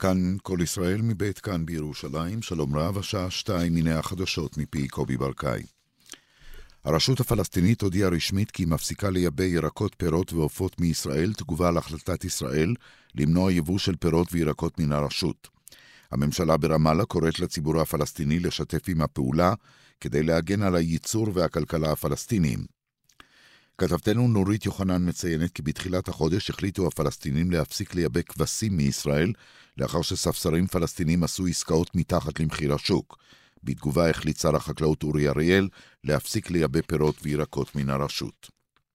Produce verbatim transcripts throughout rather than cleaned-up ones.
כאן כל ישראל מבית כאן בירושלים, שלום רב, השעה שתיים, הנה החדשות מפי קובי ברקאי. הרשות הפלסטינית הודיעה רשמית כי היא מפסיקה לייבא ירקות, פירות ועופות מישראל, תגובה על החלטת ישראל למנוע יבוא של פירות וירקות מן הרשות. הממשלה ברמאללה קוראת לציבור הפלסטיני לשתף עם הפעולה כדי להגן על הייצור והכלכלה הפלסטיניים. כתבתנו נורית יוחנן מציינת כי בתחילת החודש החליטו הפלסטינים להפסיק לייבא כבשים מישראל, לאחר שספסרים פלסטינים עשו עסקאות מתחת למחיר השוק. בתגובה החליט שר החקלאות אורי אריאל להפסיק לייבא פירות וירקות מן הרשות.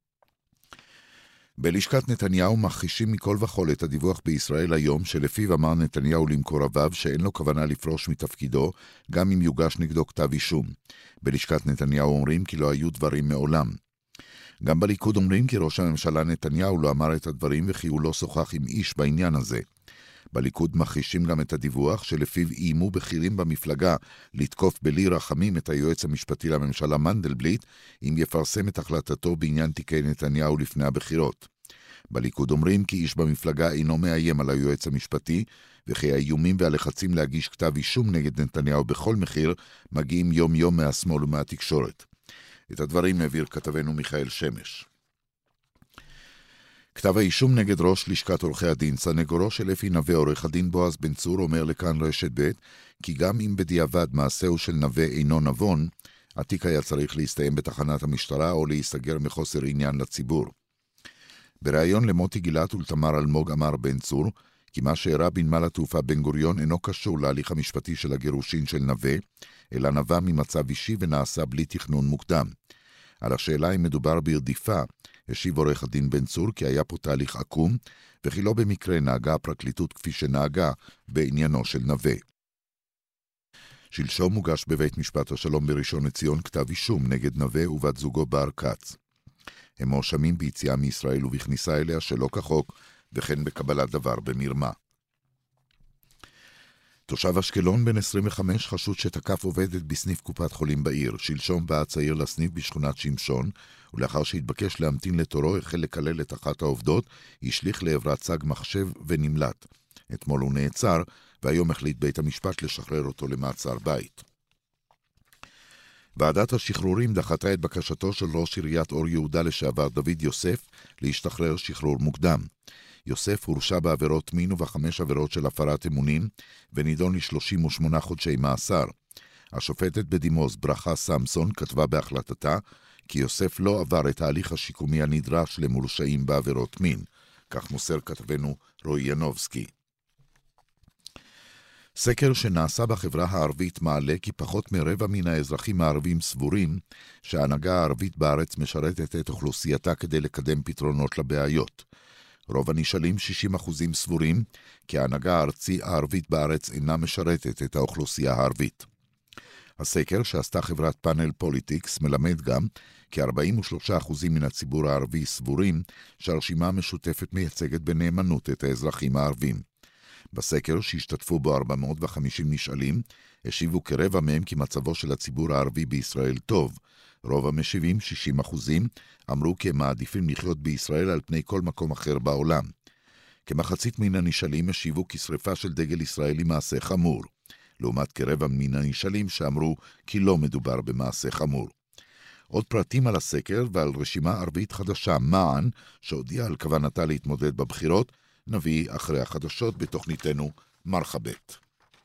בלשכת נתניהו מכחישים מכל וכל את הדיווח בישראל היום, שלפיו אמר נתניהו למקורביו שאין לו כוונה לפרוש מתפקידו, גם אם יוגש נגדו כתב אישום. בלשכת נתניהו אומרים כי לא היו דברים מעולם. גם בליכוד אומרים כי ראש הממשלה נתניהו לא אמר את הדברים וכי הוא לא שוחח עם איש בעניין הזה. בליכוד מכחישים גם את הדיווח שלפיו איימו בכירים במפלגה לתקוף בלי רחמים את היועץ המשפטי לממשלה מנדלבליט אם יפרסם את החלטתו בעניין תיקי נתניהו לפני הבחירות. בליכוד אומרים כי איש במפלגה אינו מאיים על היועץ המשפטי וכי האיומים והלחצים להגיש כתב אישום נגד נתניהו בכל מחיר מגיעים יום יום מהשמאל ומהתקשורת. את הדברים העביר כתבנו מיכאל שמש. כתב האישום נגד ראש לשכת עורכי הדין, סנגורו של אפי נווה, עורך הדין בועז בן צור, אומר לכאן רשת ב' כי גם אם בדיעבד מעשהו של נווה אינו נבון, התיק היה צריך להסתיים בתחנת המשטרה או להיסגר מחוסר עניין לציבור. בריאיון למוטי גילת ולתמר אלמוג אמר בן צור כי מה שאירע בנמל התעופה בן גוריון אינו קשור להליך המשפטי של הגירושין של נווה, אלא נבע ממצב אישי ונעשה בלי תכנון מוקדם. על השאלה אם מדובר ברדיפה, השיב עורך הדין בן צור כי היה פה תהליך עקום, וכי לא במקרה נהגה הפרקליטות כפי שנהגה בעניינו של נווה. שלשום מוגש בבית משפט השלום בראשון לציון כתב אישום נגד נווה ובת זוגו בר כץ. הם מואשמים ביציאה מישראל ובכניסה אליה שלא כחוק, וכן בקבלת דבר במרמה. תושב אשקלון בן עשרים וחמש חשוד שתקף עובדת בסניף קופת חולים בעיר. שלשום בא הצעיר לסניף בשכונת שמשון, ולאחר שהתבקש להמתין לתורו החל לקלל את אחת העובדות, השליך לעברה צג מחשב ונמלט. אתמול הוא נעצר, והיום החליט בית המשפט לשחרר אותו למעצר בית. ועדת השחרורים דחתה את בקשתו של ראש עיריית אור יהודה לשעבר דוד יוסף להשתחרר שחרור מוקדם. יוסף הורשע בעבירות מין ובחמש עבירות של הפרת אמונים, ונידון ל-שלושים ושמונה חודשי מאסר. השופטת בדימוס ברכה סמסון כתבה בהחלטתה כי יוסף לא עבר את ההליך השיקומי הנדרש למורשעים בעבירות מין. כך מוסר כתבנו רועי ינובסקי. סקר שנעשה בחברה הערבית מעלה כי פחות מרבע מן האזרחים הערבים סבורים שההנהגה הערבית בארץ משרתת את אוכלוסייתה כדי לקדם פתרונות לבעיות. רוב הנשאלים, שישים אחוזים, סבורים כי ההנהגה הארצי הערבית בארץ אינה משרתת את האוכלוסייה הערבית. הסקר שעשתה חברת פאנל פוליטיקס מלמד גם כי ארבעים ושלושה אחוזים מן הציבור הערבי סבורים שהרשימה המשותפת מייצגת בנאמנות את האזרחים הערבים. בסקר שהשתתפו בו ארבע מאות וחמישים נשאלים, השיבו כרבע מהם כי מצבו של הציבור הערבי בישראל טוב. רוב המשיבים, שישים אחוזים, אמרו כי הם מעדיפים לחיות בישראל על פני כל מקום אחר בעולם. כמחצית מן הנשאלים השיבו כי שריפה של דגל ישראל היא מעשה חמור, לעומת כרבע מן הנשאלים שאמרו כי לא מדובר במעשה חמור. עוד פרטים על הסקר ועל רשימה ערבית חדשה, מען, שהודיעה על כוונתה להתמודד בבחירות, נביא אחרי החדשות בתוכניתנו מרחבת.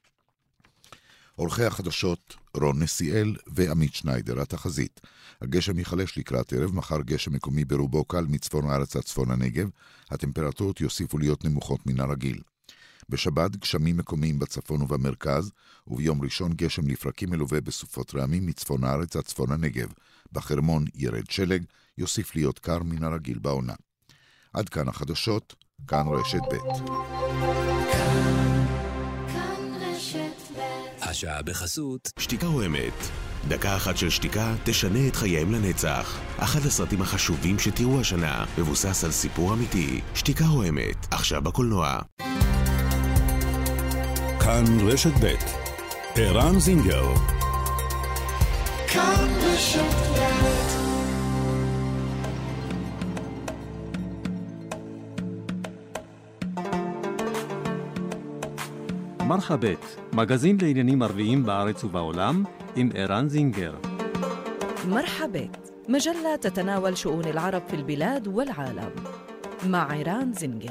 עורכי החדשות רון נסיאל ועמית שניידר. התחזית: הגשם יחלש לקראת ערב, מחר גשם מקומי ברובו קל מצפון הארץ עד צפון הנגב, הטמפרטורות יוסיפו להיות נמוכות מן הרגיל. בשבת גשמים מקומיים בצפון ובמרכז, וביום ראשון גשם לפרקים מלווה בסופות רעמים מצפון הארץ עד צפון הנגב. בחרמון ירד שלג, יוסיף להיות קר מן הרגיל בעונה. עד כאן החדשות, כאן רשת ב'. השעה בחסות שתיקה או אמת. דקה אחת של שתיקה תשנה את חייהם לנצח. אחד הסרטים החשובים שתראו השנה מבוסס על סיפור אמיתי. שתיקה או אמת, עכשיו בקולנוע. כאן רשת ב'. ערן זינגר. כאן רשת ב'. מרחבת, מגזין לעניינים ערביים בארץ ובעולם, עם ערן זינגר. مرحبت مجلة تتناول شؤون العرب في البلاد والعالم مع عران زنجر.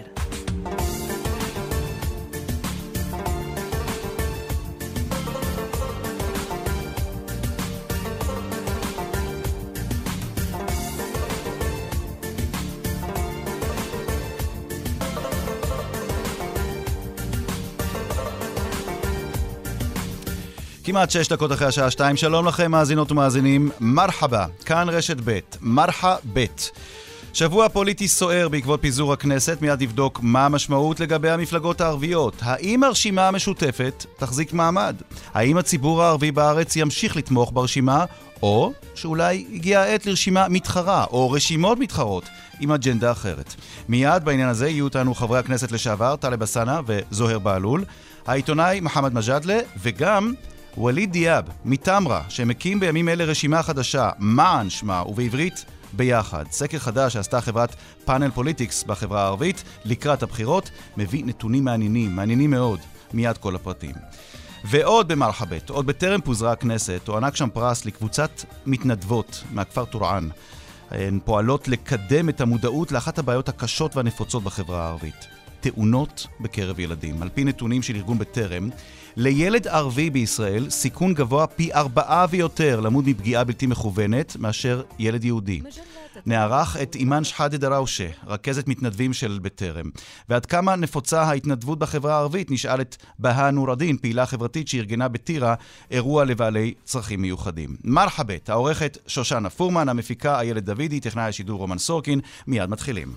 כמעט שש דקות אחרי השעה שתיים, שלום לכם מאזינות ומאזינים, מרחבה, כאן רשת ב', מרחבת. שבוע פוליטי סוער בעקבות פיזור הכנסת, מיד נבדוק מה המשמעות לגבי המפלגות הערביות. האם הרשימה המשותפת תחזיק מעמד? האם הציבור הערבי בארץ ימשיך לתמוך ברשימה? או שאולי הגיעה העת לרשימה מתחרה, או רשימות מתחרות, עם אג'נדה אחרת. מיד בעניין הזה יהיו אותנו חברי הכנסת לשעבר, טלב אלסאנע וזוהר בעלול, העיתונאי מחמד מג'אדלה, וגם וליד דיאב מתמרה, שמקים בימים אלה רשימה חדשה, מען שמה, ובעברית ביחד. סקר חדש שעשתה חברת פאנל פוליטיקס בחברה הערבית לקראת הבחירות, מביא נתונים מעניינים, מעניינים מאוד, מיד כל הפרטים. ועוד במרחבת, עוד בטרם פוזרה הכנסת, הוענק שם פרס לקבוצת מתנדבות מהכפר טורען. הן פועלות לקדם את המודעות לאחת הבעיות הקשות והנפוצות בחברה הערבית. תאונות בקרב ילדים. על פי נתונים של ארגון בטרם, לילד ערבי בישראל סיכון גבוה פי ארבעה ויותר למות מפגיעה בלתי מכוונת מאשר ילד יהודי. נערך את אימן שחאדה דראושה, רכזת מתנדבים של בטרם. ועד כמה נפוצה ההתנדבות בחברה הערבית, נשאל את בהא נורדין, פעילה חברתית שארגנה בטירה אירוע לבעלי צרכים מיוחדים. מרחבת, העורכת שושנה פורמן, המפיקה איילת דוידי, טכנאי השידור רומן סורקין. מיד מתחילים.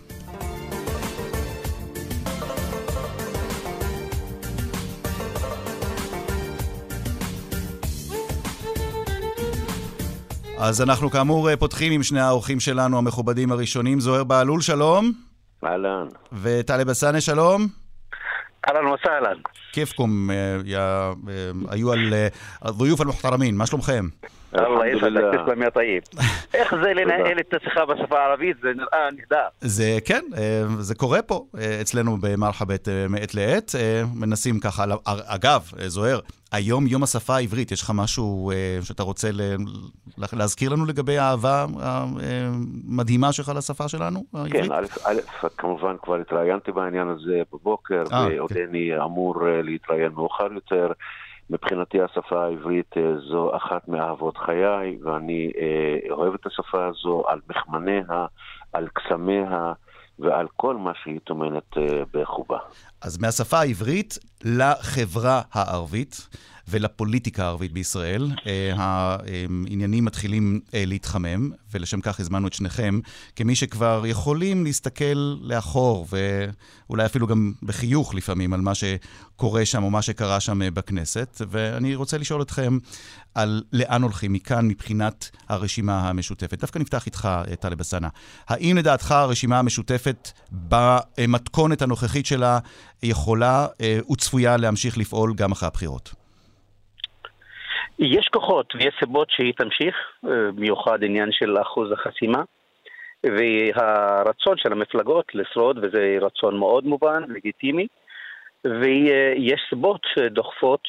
אז אנחנו כאמור פותחים עם שני האורחים שלנו המכובדים הראשונים, זוהר בעלול, שלום. אהלן. וטלב אלסאנע, שלום. אהלן וסהלן. כיפכם, יא איו الضيوف المحترمين, מה שלומכם? אללה יסעדך, תסלם יא טייב. איך זה לנהל את השיחה בשפה הערבית? זה נראה נהדר. זה כן, זה קורה פה אצלנו במרחבת מעת לעת, מנסים ככה. אגב, זוהר, היום יום השפה העברית, יש לך משהו שאתה רוצה להזכיר לנו לגבי האהבה המדהימה שלך לשפה שלנו? כן, א', כמובן כבר התראיינתי בעניין הזה בבוקר, ועודני אמור להתראיין מאוחר יותר. מבחינתי השפה העברית זו אחת מאהבות חיי, ואני אוהב את השפה הזו על מחמניה, על קסמיה ועל כל מה שהיא תומנת בחובה. אז מהשפה העברית לחברה הערבית ולפוליטיקה הערבית בישראל, העניינים מתחילים להתחמם, ולשם כך הזמנו את שניכם, כמי שכבר יכולים להסתכל לאחור, ואולי אפילו גם בחיוך לפעמים, על מה שקורה שם או מה שקרה שם בכנסת. ואני רוצה לשאול אתכם על לאן הולכים מכאן מבחינת הרשימה המשותפת. דווקא נפתח איתך, טלב אלסאנע. האם לדעתך הרשימה המשותפת במתכונת הנוכחית שלה יכולה וצפויה להמשיך לפעול גם אחרי הבחירות? יש כוחות ויש סיבות שהיא תמשיך, מיוחד עניין של אחוז החסימה, והרצון של המפלגות לשרוד, וזה רצון מאוד מובן, לגיטימי, ויש סיבות דוחפות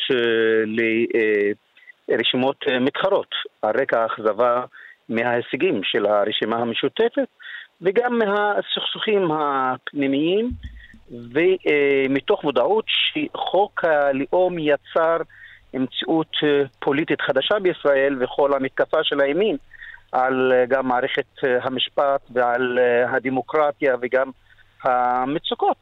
לרשימות מתחרות, על רקע האכזבה מההישגים של הרשימה המשותפת, וגם מהסכסוכים הפנימיים, ומתוך מודעות שחוק הלאום יצר מציאות פוליטית חדשה בישראל, וכל המתקפה של הימין על גם מערכת המשפט ועל הדמוקרטיה וגם המצוקות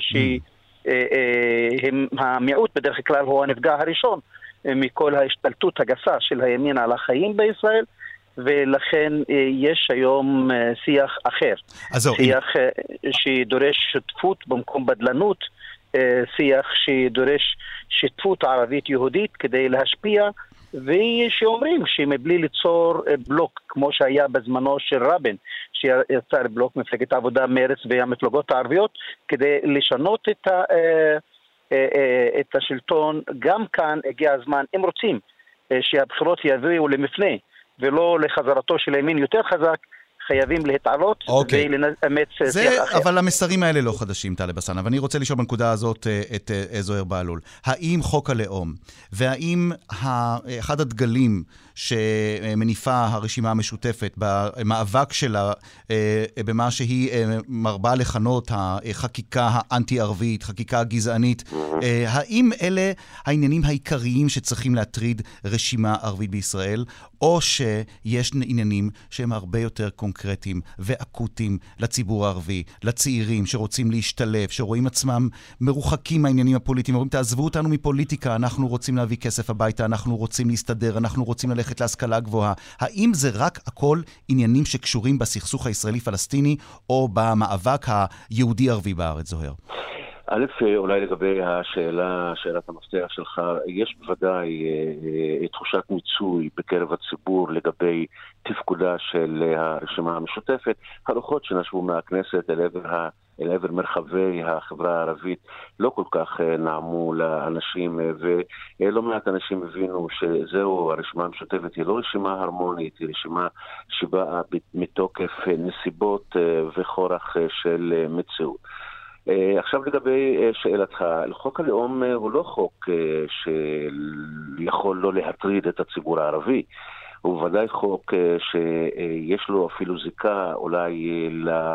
שהם המיעוט בדרך כלל הוא הנפגע הראשון מכל ההשתלטות הגסה של הימין על החיים בישראל, ולכן יש היום שיח אחר, שיח שדורש שותפות במקום בדלנות, שיח שדורש שותפות ערבית יהודית כדי להשפיע, ושאומרים שמבלי ליצור בלוק כמו שהיה בזמנו של רבין, שיצר בלוק מפלגת העבודה, מרץ והמפלגות הערביות, כדי לשנות את, ה, את השלטון. גם כאן הגיע הזמן, אם רוצים שהבחירות יביאו למפנה ולא לחזרתו של הימין יותר חזק, חייבים להתעלות אוקיי. ולאמץ שיח זה, אחר. אבל המסרים האלה לא חדשים, טלב אלסאנע, ואני רוצה לשאול בנקודה הזאת את זוהיר בהלול. האם חוק הלאום, והאם אחד הדגלים שמניפה הרשימה המשותפת במאבק שלה במה שהיא מרבה לכנות החקיקה האנטי-ערבית, חקיקה גזענית, האם אלה העניינים העיקריים שצריכים להטריד רשימה ערבית בישראל, או שיש עניינים שהם הרבה יותר קונקרטיים ואקוטיים לציבור הערבי, לצעירים שרוצים להשתלב, שרואים עצמם מרוחקים מהעניינים הפוליטיים, אומרים, תעזבו אותנו מפוליטיקה, אנחנו רוצים להביא כסף הביתה, אנחנו רוצים להסתדר, אנחנו רוצים ללכת להשכלה גבוהה. האם זה רק הכל עניינים שקשורים בסכסוך הישראלי-פלסטיני, או במאבק היהודי-ערבי בארץ, זוהיר? א', אולי לגבי השאלה, שאלת המפתח שלך, יש בוודאי אה, תחושת מיצוי בקרב הציבור לגבי תפקודה של הרשימה המשותפת. הרוחות שנשבו מהכנסת אל עבר, ה, אל עבר מרחבי החברה הערבית לא כל כך נעמו לאנשים, ולא מעט אנשים הבינו שזהו, הרשימה המשותפת היא לא רשימה הרמונית, היא רשימה שבאה מתוקף נסיבות וחורח של מציאות. עכשיו לגבי שאלתך, חוק הלאום הוא לא חוק שיכול לא להטריד את הציבור הערבי, הוא ודאי חוק שיש לו אפילו זיקה אולי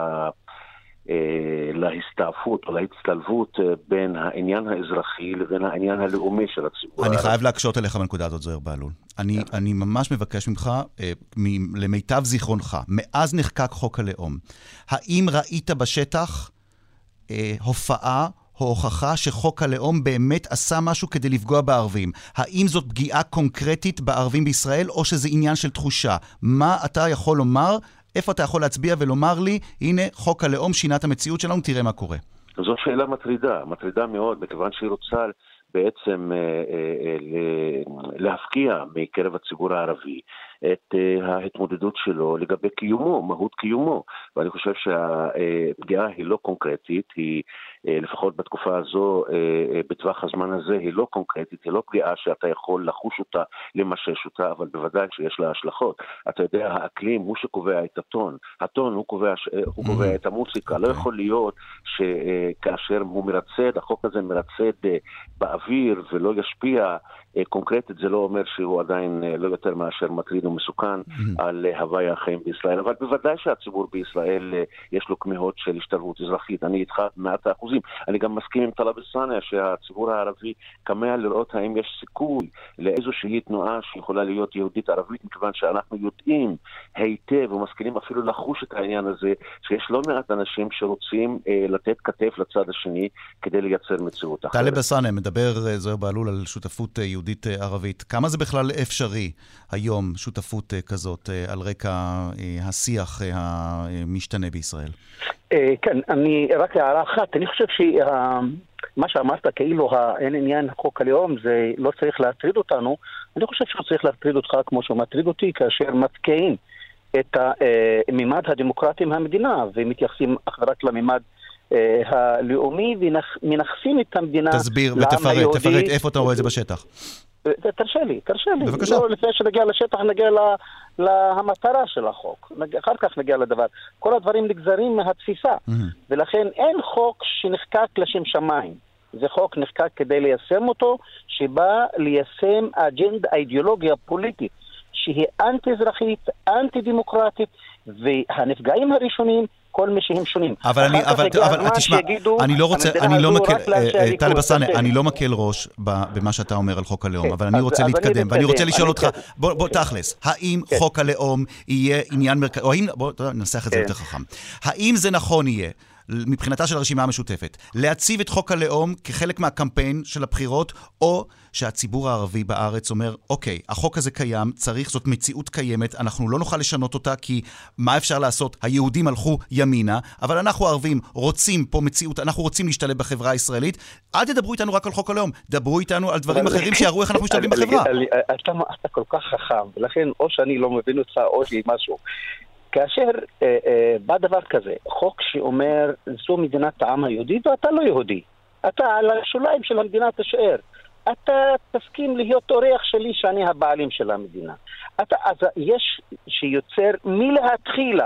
להסתעפות או להצטלבות בין העניין האזרחי לבין העניין הלאומי של הציבור הערבי. אני חייב להקשות אליך בנקודה הזאת, זוהיר בהלול. אני, אני ממש מבקש ממך, למיטב זיכרונך, מאז נחקק חוק הלאום, האם ראית בשטח הופעה או הוכחה שחוק הלאום באמת עשה משהו כדי לפגוע בערבים? האם זאת פגיעה קונקרטית בערבים בישראל, או שזה עניין של תחושה? מה אתה יכול לומר? איפה אתה יכול להצביע ולומר לי, הנה חוק הלאום שינה את המציאות שלנו, תראה מה קורה? זו שאלה מטרידה, מטרידה מאוד, מכיוון שהיא רוצה בעצם להפקיע מקרב הציבור הערבי את ההתמודדות שלו לגבי קיומו, מהות קיומו. ואני חושב שהפגיעה היא לא קונקרטית, היא לפחות בתקופה הזו, בטווח הזמן הזה, היא לא קונקרטית, היא לא פגיעה שאתה יכול לחוש אותה, למשש אותה, אבל בוודאי שיש לה השלכות. אתה יודע, האקלים הוא שקובע את הטון, הטון הוא קובע, הוא קובע את המוסיקה. לא יכול להיות שכאשר הוא מרצד, החוק הזה מרצד באוויר ולא ישפיע קונקרטית, זה לא אומר שהוא עדיין לא יותר מאשר מטריד ומסוכן על הוויה החיים בישראל, אבל בוודאי שהציבור בישראל יש לו כמיהות של השתלבות אזרחית. אני איתך במאת האחוזים. אני גם מסכים עם טלב אלסאנע שהציבור הערבי כמה לראות האם יש סיכוי לאיזושהי תנועה שיכולה להיות יהודית ערבית, מכיוון שאנחנו יודעים היטב ומסכימים אפילו לחוש את העניין הזה, שיש לא מעט אנשים שרוצים אה, לתת כתף לצד השני כדי לייצר מציאות אחרת. טלב אלסאנע מדבר, זוהיר בהלול, על שותפות יהודית ערבית. כמה זה בכלל אפשרי היום, שותפות כזאת, על רקע השיח המשתנה בישראל? כן, אני רק הערה אחת. אני חושב שמה שאמרת, כאילו אין עניין חוק הלאום, זה לא צריך להטריד אותנו. אני חושב שהוא צריך להטריד אותך כמו שהוא מטריד אותי, כאשר מתקעים את הממד הדמוקרטי מהמדינה, ומתייחסים אך ורק לממד הלאומי, ומנחסים את המדינה. תסביר ותפרט, תפרט איפה אתה רואה את זה בשטח. תרשה לי, תרשה לי. בבקשה. לא, לפני שנגיע לשטח, נגיע להמטרה של החוק. אחר כך נגיע לדבר. כל הדברים נגזרים מהתפיסה. Mm-hmm. ולכן אין חוק שנחקק לשם שמיים. זה חוק נחקק כדי ליישם אותו, שבא ליישם אג'נדה, אידיאולוגיה פוליטית, שהיא אנטי-אזרחית, אנטי-דמוקרטית, והנפגעים הראשונים, כל מי שהם שונים. אבל אני, אבל, אבל תשמע, אני לא רוצה, אני לא מקל, טלב אלסאנע, אני לא מקל ראש במה שאתה אומר על חוק הלאום, אבל אני רוצה להתקדם, ואני רוצה לשאול אותך, בוא תכלס, האם חוק הלאום יהיה עניין מרכזי, או האם, בוא ננסח את זה יותר חכם, האם זה נכון יהיה, מבחינתה של הרשימה המשותפת, להציב את חוק הלאום כחלק מהקמפיין של הבחירות, או שהציבור הערבי בארץ אומר, אוקיי, החוק הזה קיים, צריך, זאת מציאות קיימת, אנחנו לא נוכל לשנות אותה, כי מה אפשר לעשות? היהודים הלכו ימינה, אבל אנחנו הערבים רוצים פה מציאות, אנחנו רוצים להשתלב בחברה הישראלית, אל תדברו איתנו רק על חוק הלאום, דברו איתנו על דברים אחרים שיראו איך אנחנו משתלבים בחברה. אתה כל כך חכם, ולכן או שאני לא מבין אותך, או שהיא משהו. כאשר אה, אה, בא דבר כזה, חוק שאומר זו מדינת העם היהודי ואתה לא יהודי, אתה על השוליים של המדינה תשאר, אתה תסכים להיות אורח שלי שאני הבעלים של המדינה. אתה, אז יש שיוצר מלהתחילה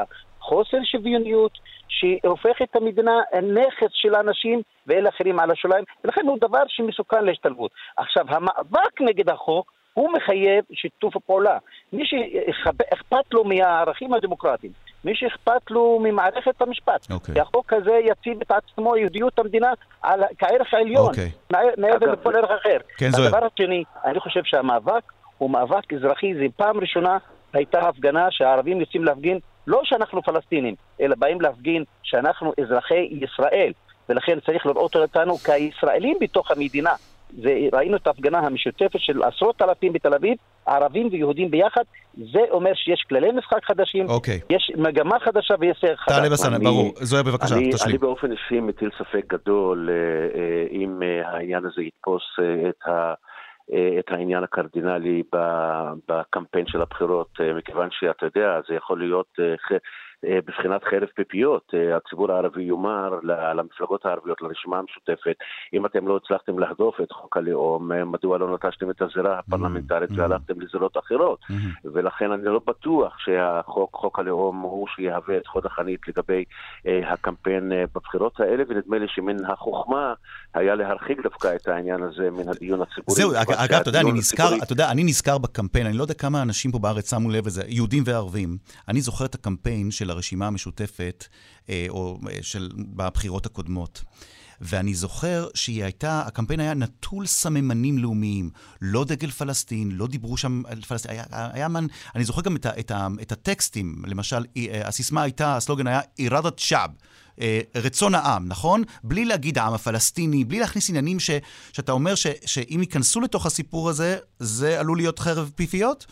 חוסר שוויוניות, שהופך את המדינה נכס של אנשים ואלה אחרים על השוליים, ולכן הוא דבר שמסוכן להשתלבות. עכשיו, המאבק נגד החוק הוא מחייב שיתוף הפעולה. מי שאכפת לו מהערכים הדמוקרטיים, מי שאכפת לו ממערכת המשפט, okay. החוק הזה יציב את עצמו יהודיות המדינה על, כערך העליון, okay. מעבר לכל ערך אחר. כן, הדבר השני, אני חושב שהמאבק הוא מאבק אזרחי, זה פעם ראשונה הייתה הפגנה שהערבים יוצאים להפגין, לא שאנחנו פלסטינים, אלא באים להפגין שאנחנו אזרחי ישראל, ולכן צריך לראות אותנו כישראלים בתוך המדינה. וראינו את ההפגנה המשותפת של עשרות אלפים בתל אביב, ערבים ויהודים ביחד, זה אומר שיש כללי משחק חדשים, okay. יש מגמה חדשה ויש שיח חדש. תעלה בסנה, ברור. זוהי בבקשה, אני, תשלים. אני באופן אישי מטיל ספק גדול אם העניין הזה יתפוס את ה... את העניין הקרדינלי בקמפיין של הבחירות, מכיוון שאתה יודע, זה יכול להיות בבחינת חרב פיפיות. הציבור הערבי יאמר למפלגות הערביות, לרשימה המשותפת, אם אתם לא הצלחתם להדוף את חוק הלאום, מדוע לא נטשתם את הזירה הפרלמנטרית והלכתם לזירות אחרות? ולכן אני לא בטוח שהחוק, חוק הלאום, הוא שיהווה את חוד החנית לגבי הקמפיין בבחירות האלה, ונדמה לי שמן החוכמה היה להרחיק דווקא את העניין הזה מן הדיון הציבורי. זהו, אגב, אתה יודע, אני נזכר, אתה יודע, אני נזכר בקמפיין, אני לא יודע כמה אנשים פה בארץ שמו לב לזה, יהודים וערבים. אני זוכר את הקמפיין של הרשימה המשותפת, או של, בבחירות הקודמות. ואני זוכר שהיא הייתה, הקמפיין היה נטול סממנים לאומיים, לא דגל פלסטין, לא דיברו שם על פלסטין, היה, היה מן, אני זוכר גם את, את, את הטקסטים, למשל, הסיסמה הייתה, הסלוגן היה, אירדת שעב, רצון העם, נכון? בלי להגיד העם הפלסטיני, בלי להכניס עניינים ש, שאתה אומר ש, שאם ייכנסו לתוך הסיפור הזה, זה עלול להיות חרב פיפיות?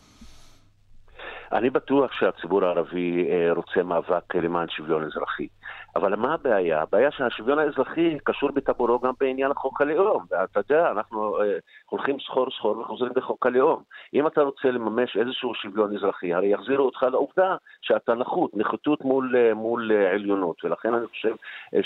אני בטוח שהציבור הערבי רוצה מאבק למען שוויון אזרחי. אבל מה הבעיה? הבעיה שהשוויון האזרחי קשור בטבורו גם בעניין החוק הלאום. ואתה יודע, אנחנו הולכים סחור סחור וחוזרים בחוק הלאום. אם אתה רוצה לממש איזשהו שוויון אזרחי, הרי יחזירו אותך לעובדה שאתה נחות, נחיתות מול, מול עליונות. ולכן אני חושב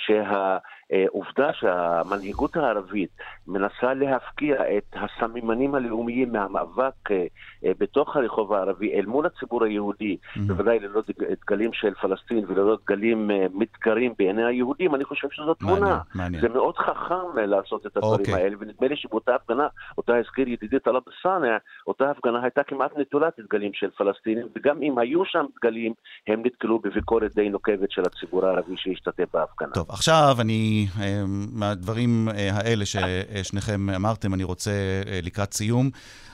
שהעובדה שהמנהיגות הערבית מנסה להפקיע את הסממנים הלאומיים מהמאבק בתוך הרחוב הערבי אל מול הציבור היהודי, בוודאי ללא דגלים של פלסטין וללא דגלים מתגרים בעיני היהודים, אני חושב שזו תמונה. זה מאוד חכם לעשות את הדברים האלה, ונדמה לי שבאותה הפגנה, אותה הזכיר ידידי טלב אלסאנע, אותה הפגנה הייתה כמעט נטולת דגלים של פלסטינים, וגם אם היו שם דגלים, הם נתקלו בביקורת די נוקבת של הציבור הערבי שהשתתף בהפגנה. טוב, עכשיו אני, מהדברים האלה ששניכם אמרתם, אני רוצה לקראת סיום,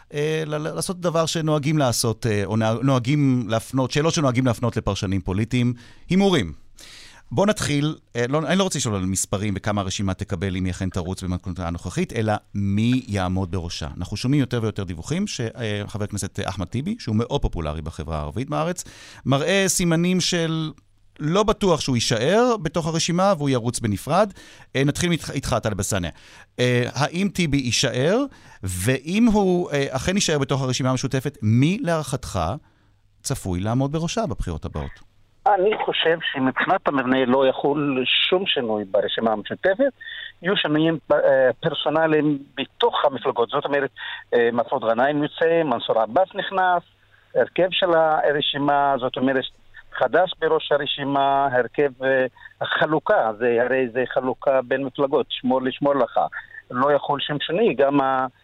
לעשות דבר שנוהגים לעשות, או נוהגים להפנות, שאלות שנוהגים להפנות לפרשנים פוליטיים, הימורים. בוא נתחיל, לא, אני לא רוצה לשאול על מספרים וכמה הרשימה תקבל אם היא אכן תרוץ במתכונתה הנוכחית, אלא מי יעמוד בראשה. אנחנו שומעים יותר ויותר דיווחים שחבר הכנסת אחמד טיבי, שהוא מאוד פופולרי בחברה הערבית בארץ, מראה סימנים של לא בטוח שהוא יישאר בתוך הרשימה והוא ירוץ בנפרד. נתחיל איתך, טלב אלסאנע. האם טיבי יישאר, ואם הוא אכן יישאר בתוך הרשימה המשותפת, מי להערכתך צפוי לעמוד בראשה בבחירות הבאות? אני חושב שמבחינת המבנה לא יחול שום שינוי ברשימה המשותפת, יהיו שינויים פרסונליים בתוך המפלגות, זאת אומרת, מסעוד גנאים יוצא, מנסור עבאס נכנס, הרכב של הרשימה, זאת אומרת, חדש בראש הרשימה, הרכב החלוקה, זה, הרי זה חלוקה בין מפלגות, שמור לשמור לך, לא יכול שום שני, גם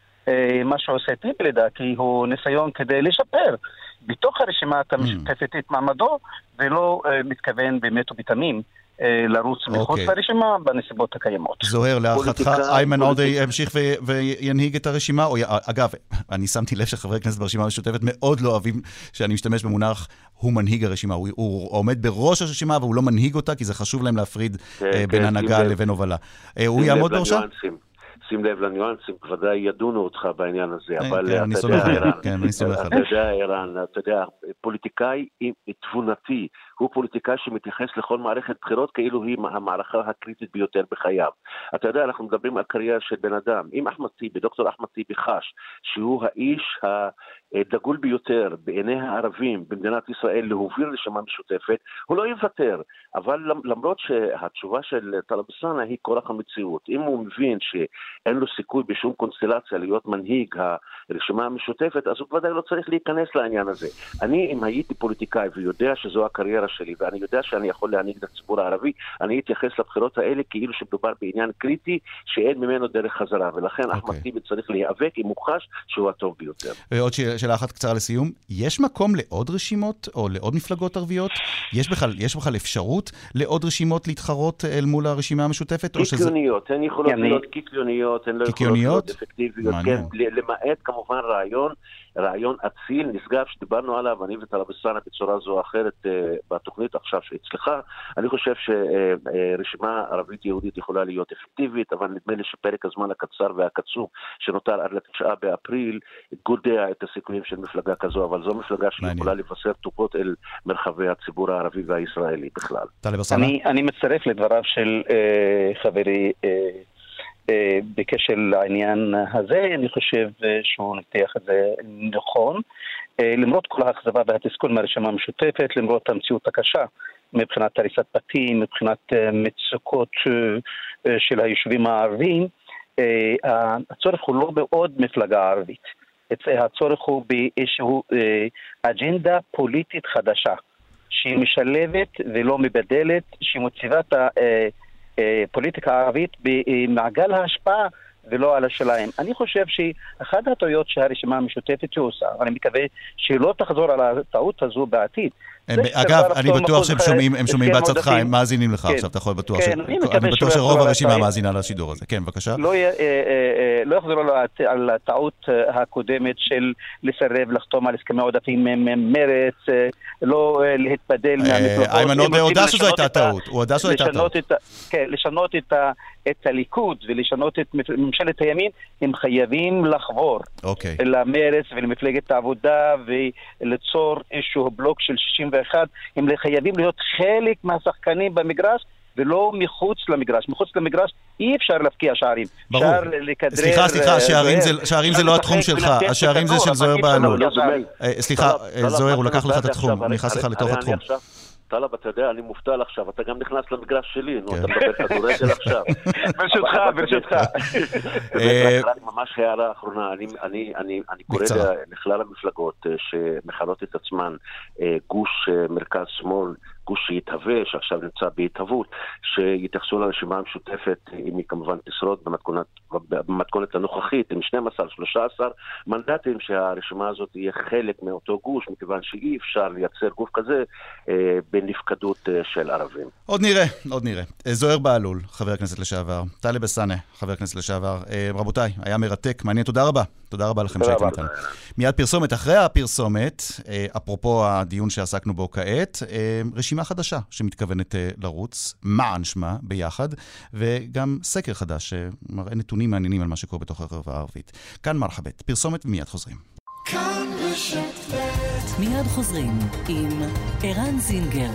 מה שעושה טיבי לדעתי הוא ניסיון כדי לשפר בתוך הרשימה המשותפת את מעמדו, ולא מתכוון באמת ובתמים לרוץ מחוץ לרשימה בנסיבות הקיימות. זוהר, להערכתך, איימן עודה ימשיך וינהיג את הרשימה? אגב, אני שמתי לב שחברי כנסת ברשימה המשותפת מאוד לא אוהבים שאני משתמש במונח הוא מנהיג הרשימה. הוא עומד בראש הרשימה והוא לא מנהיג אותה, כי זה חשוב להם להפריד בין הנהגה לבין הובלה. הוא יעמוד בראשה? שים לב לניואנסים, ודאי ידונו אותך בעניין הזה, אבל אתה יודע, אירן, אתה יודע, פוליטיקאי תבונתי, הוא פוליטיקאי שמתייחס לכל מערכת בחירות כאילו היא המערכה הקריטית ביותר בחייו. אתה יודע, אנחנו מדברים על קריירה של בן אדם. אם אחמד טיבי, דוקטור אחמד טיבי חש שהוא האיש הדגול ביותר בעיני הערבים במדינת ישראל להוביל רשימה משותפת, הוא לא יוותר. אבל למרות שהתשובה של טלב אלסאנע היא כורח המציאות, אם הוא מבין ש אין לו סיכוי בשום קונסטלציה להיות מנהיג הרשימה המשותפת, אז הוא ודאי לא צריך להיכנס לעניין הזה. אני, אם הייתי פוליטיקאי ויודע שזו הקריירה שלי, ואני יודע שאני יכול להנהיג את הציבור הערבי, אני אתייחס לבחירות האלה כאילו שמדובר בעניין קריטי, שאין ממנו דרך חזרה, ולכן אחמד טיבי צריך להיאבק אם הוא חש שהוא הטוב ביותר. ועוד שאלה אחת קצרה לסיום, יש מקום לעוד רשימות או לעוד מפלגות ערביות? יש בכלל, יש בכלל אפשרות לעוד רשימות להתחרות אל מול הרשימה המשותפת? קיקיוניות, הן יכולות להיות קיקיוניות, הן לא יכולות להיות אפקטיביות, למעט כמובן רעיון, רעיון אציל, נשגב, שדיברנו עליו, אני וטלב אלסאנע בצורה זו או אחרת בתוכנית עכשיו שהצליחה. אני חושב שרשימה ערבית יהודית יכולה להיות אפקטיבית, אבל נדמה לי שפרק הזמן הקצר והקצוב שנותר עד לתשעה באפריל גודע את הסיכויים של מפלגה כזו, אבל זו מפלגה שיכולה לבשר טובות אל מרחבי הציבור הערבי והישראלי בכלל. טלב אלסאנע? אני, אני מצטרף לדבריו של אה, חברי אה, אה, בקשר לעניין הזה. אני חושב שהוא נתח את זה נכון. אה, למרות כל האכזבה והתסכול מהרשימה המשותפת, למרות המציאות הקשה מבחינת הריסת בתים, מבחינת אה, מצוקות אה, של היישובים הערביים, אה, הצורך הוא לא בעוד מפלגה ערבית. הצורך הוא באיזשהו אה, אג'נדה פוליטית חדשה, שהיא משלבת ולא מבדלת, שהיא מוציבה את הפוליטיקה הערבית במעגל ההשפעה ולא על השלהם. אני חושב שאחת הטעויות שהרשימה המשותפת עושה, ואני מקווה שהיא לא תחזור על הטעות הזו בעתיד. אגב, אני בטוח שהם שומעים, הם שומעים בעצתך, הם מאזינים לך עכשיו, אתה יכול בטוח, אני בטוח שרוב הרשימה מאזינה לשידור הזה. כן, בבקשה. לא יחזרו על הטעות הקודמת של לסרב לחתום על הסכמי עודפים מרץ, לא להתבדל מהמפלגות. איימן עודה הודה שזו הייתה טעות, הוא הודה שזו הייתה טעות. כן, לשנות את הליכוד ולשנות את ממשלת הימין, הם חייבים לחבור למרץ ולמפלגת העבודה וליצור איזשהו בלוק של שישים ואחת, הם חייבים להיות חלק מהשחקנים במגרש ולא מחוץ למגרש. מחוץ למגרש אי אפשר להפקיע שערים. ברור. סליחה, סליחה, שערים זה לא התחום שלך, השערים זה של זוהר בעלול. סליחה, זוהר, הוא לקח לך את התחום, הוא נכנס לך לתוך התחום. טלב, אתה יודע, אני מופתע עכשיו, אתה גם נכנס למגרש שלי, נו, אתה מדבר כדורגל עכשיו. ברשותך, ברשותך. ממש הערה האחרונה, אני קורא לכלל המפלגות שמכנות את עצמן גוש מרכז שמאל, גוש שיתהווה, שעכשיו נמצא בהתהוות, שיתייחסו לרשימה המשותפת, אם היא כמובן תשרוד במתכונת, במתכונת הנוכחית, עם שנים עשר שלושה עשר מנדטים, שהרשימה הזאת תהיה חלק מאותו גוש, מכיוון שאי אפשר לייצר גוף כזה אה, בנפקדות אה, של ערבים. עוד נראה, עוד נראה. זוהר בעלול, חבר הכנסת לשעבר, טלב אלסאנע, חבר הכנסת לשעבר. אה, רבותיי, היה מרתק, מעניין, תודה רבה. תודה רבה לכם שהייתם איתנו. מיד פרסומת, אחרי הפרסומת, אה, אפרופו הדיון שעסקנו בו כעת, אה, רשימה חדשה שמתכוונת לרוץ, מען שמה ביחד, וגם סקר חדש שמראה נתונים מעניינים על מה שקורה בתוך החברה הערבית. כאן מרחבת, פרסומת ומיד חוזרים. כאן רשת ב' מיד חוזרים עם ערן זינגר.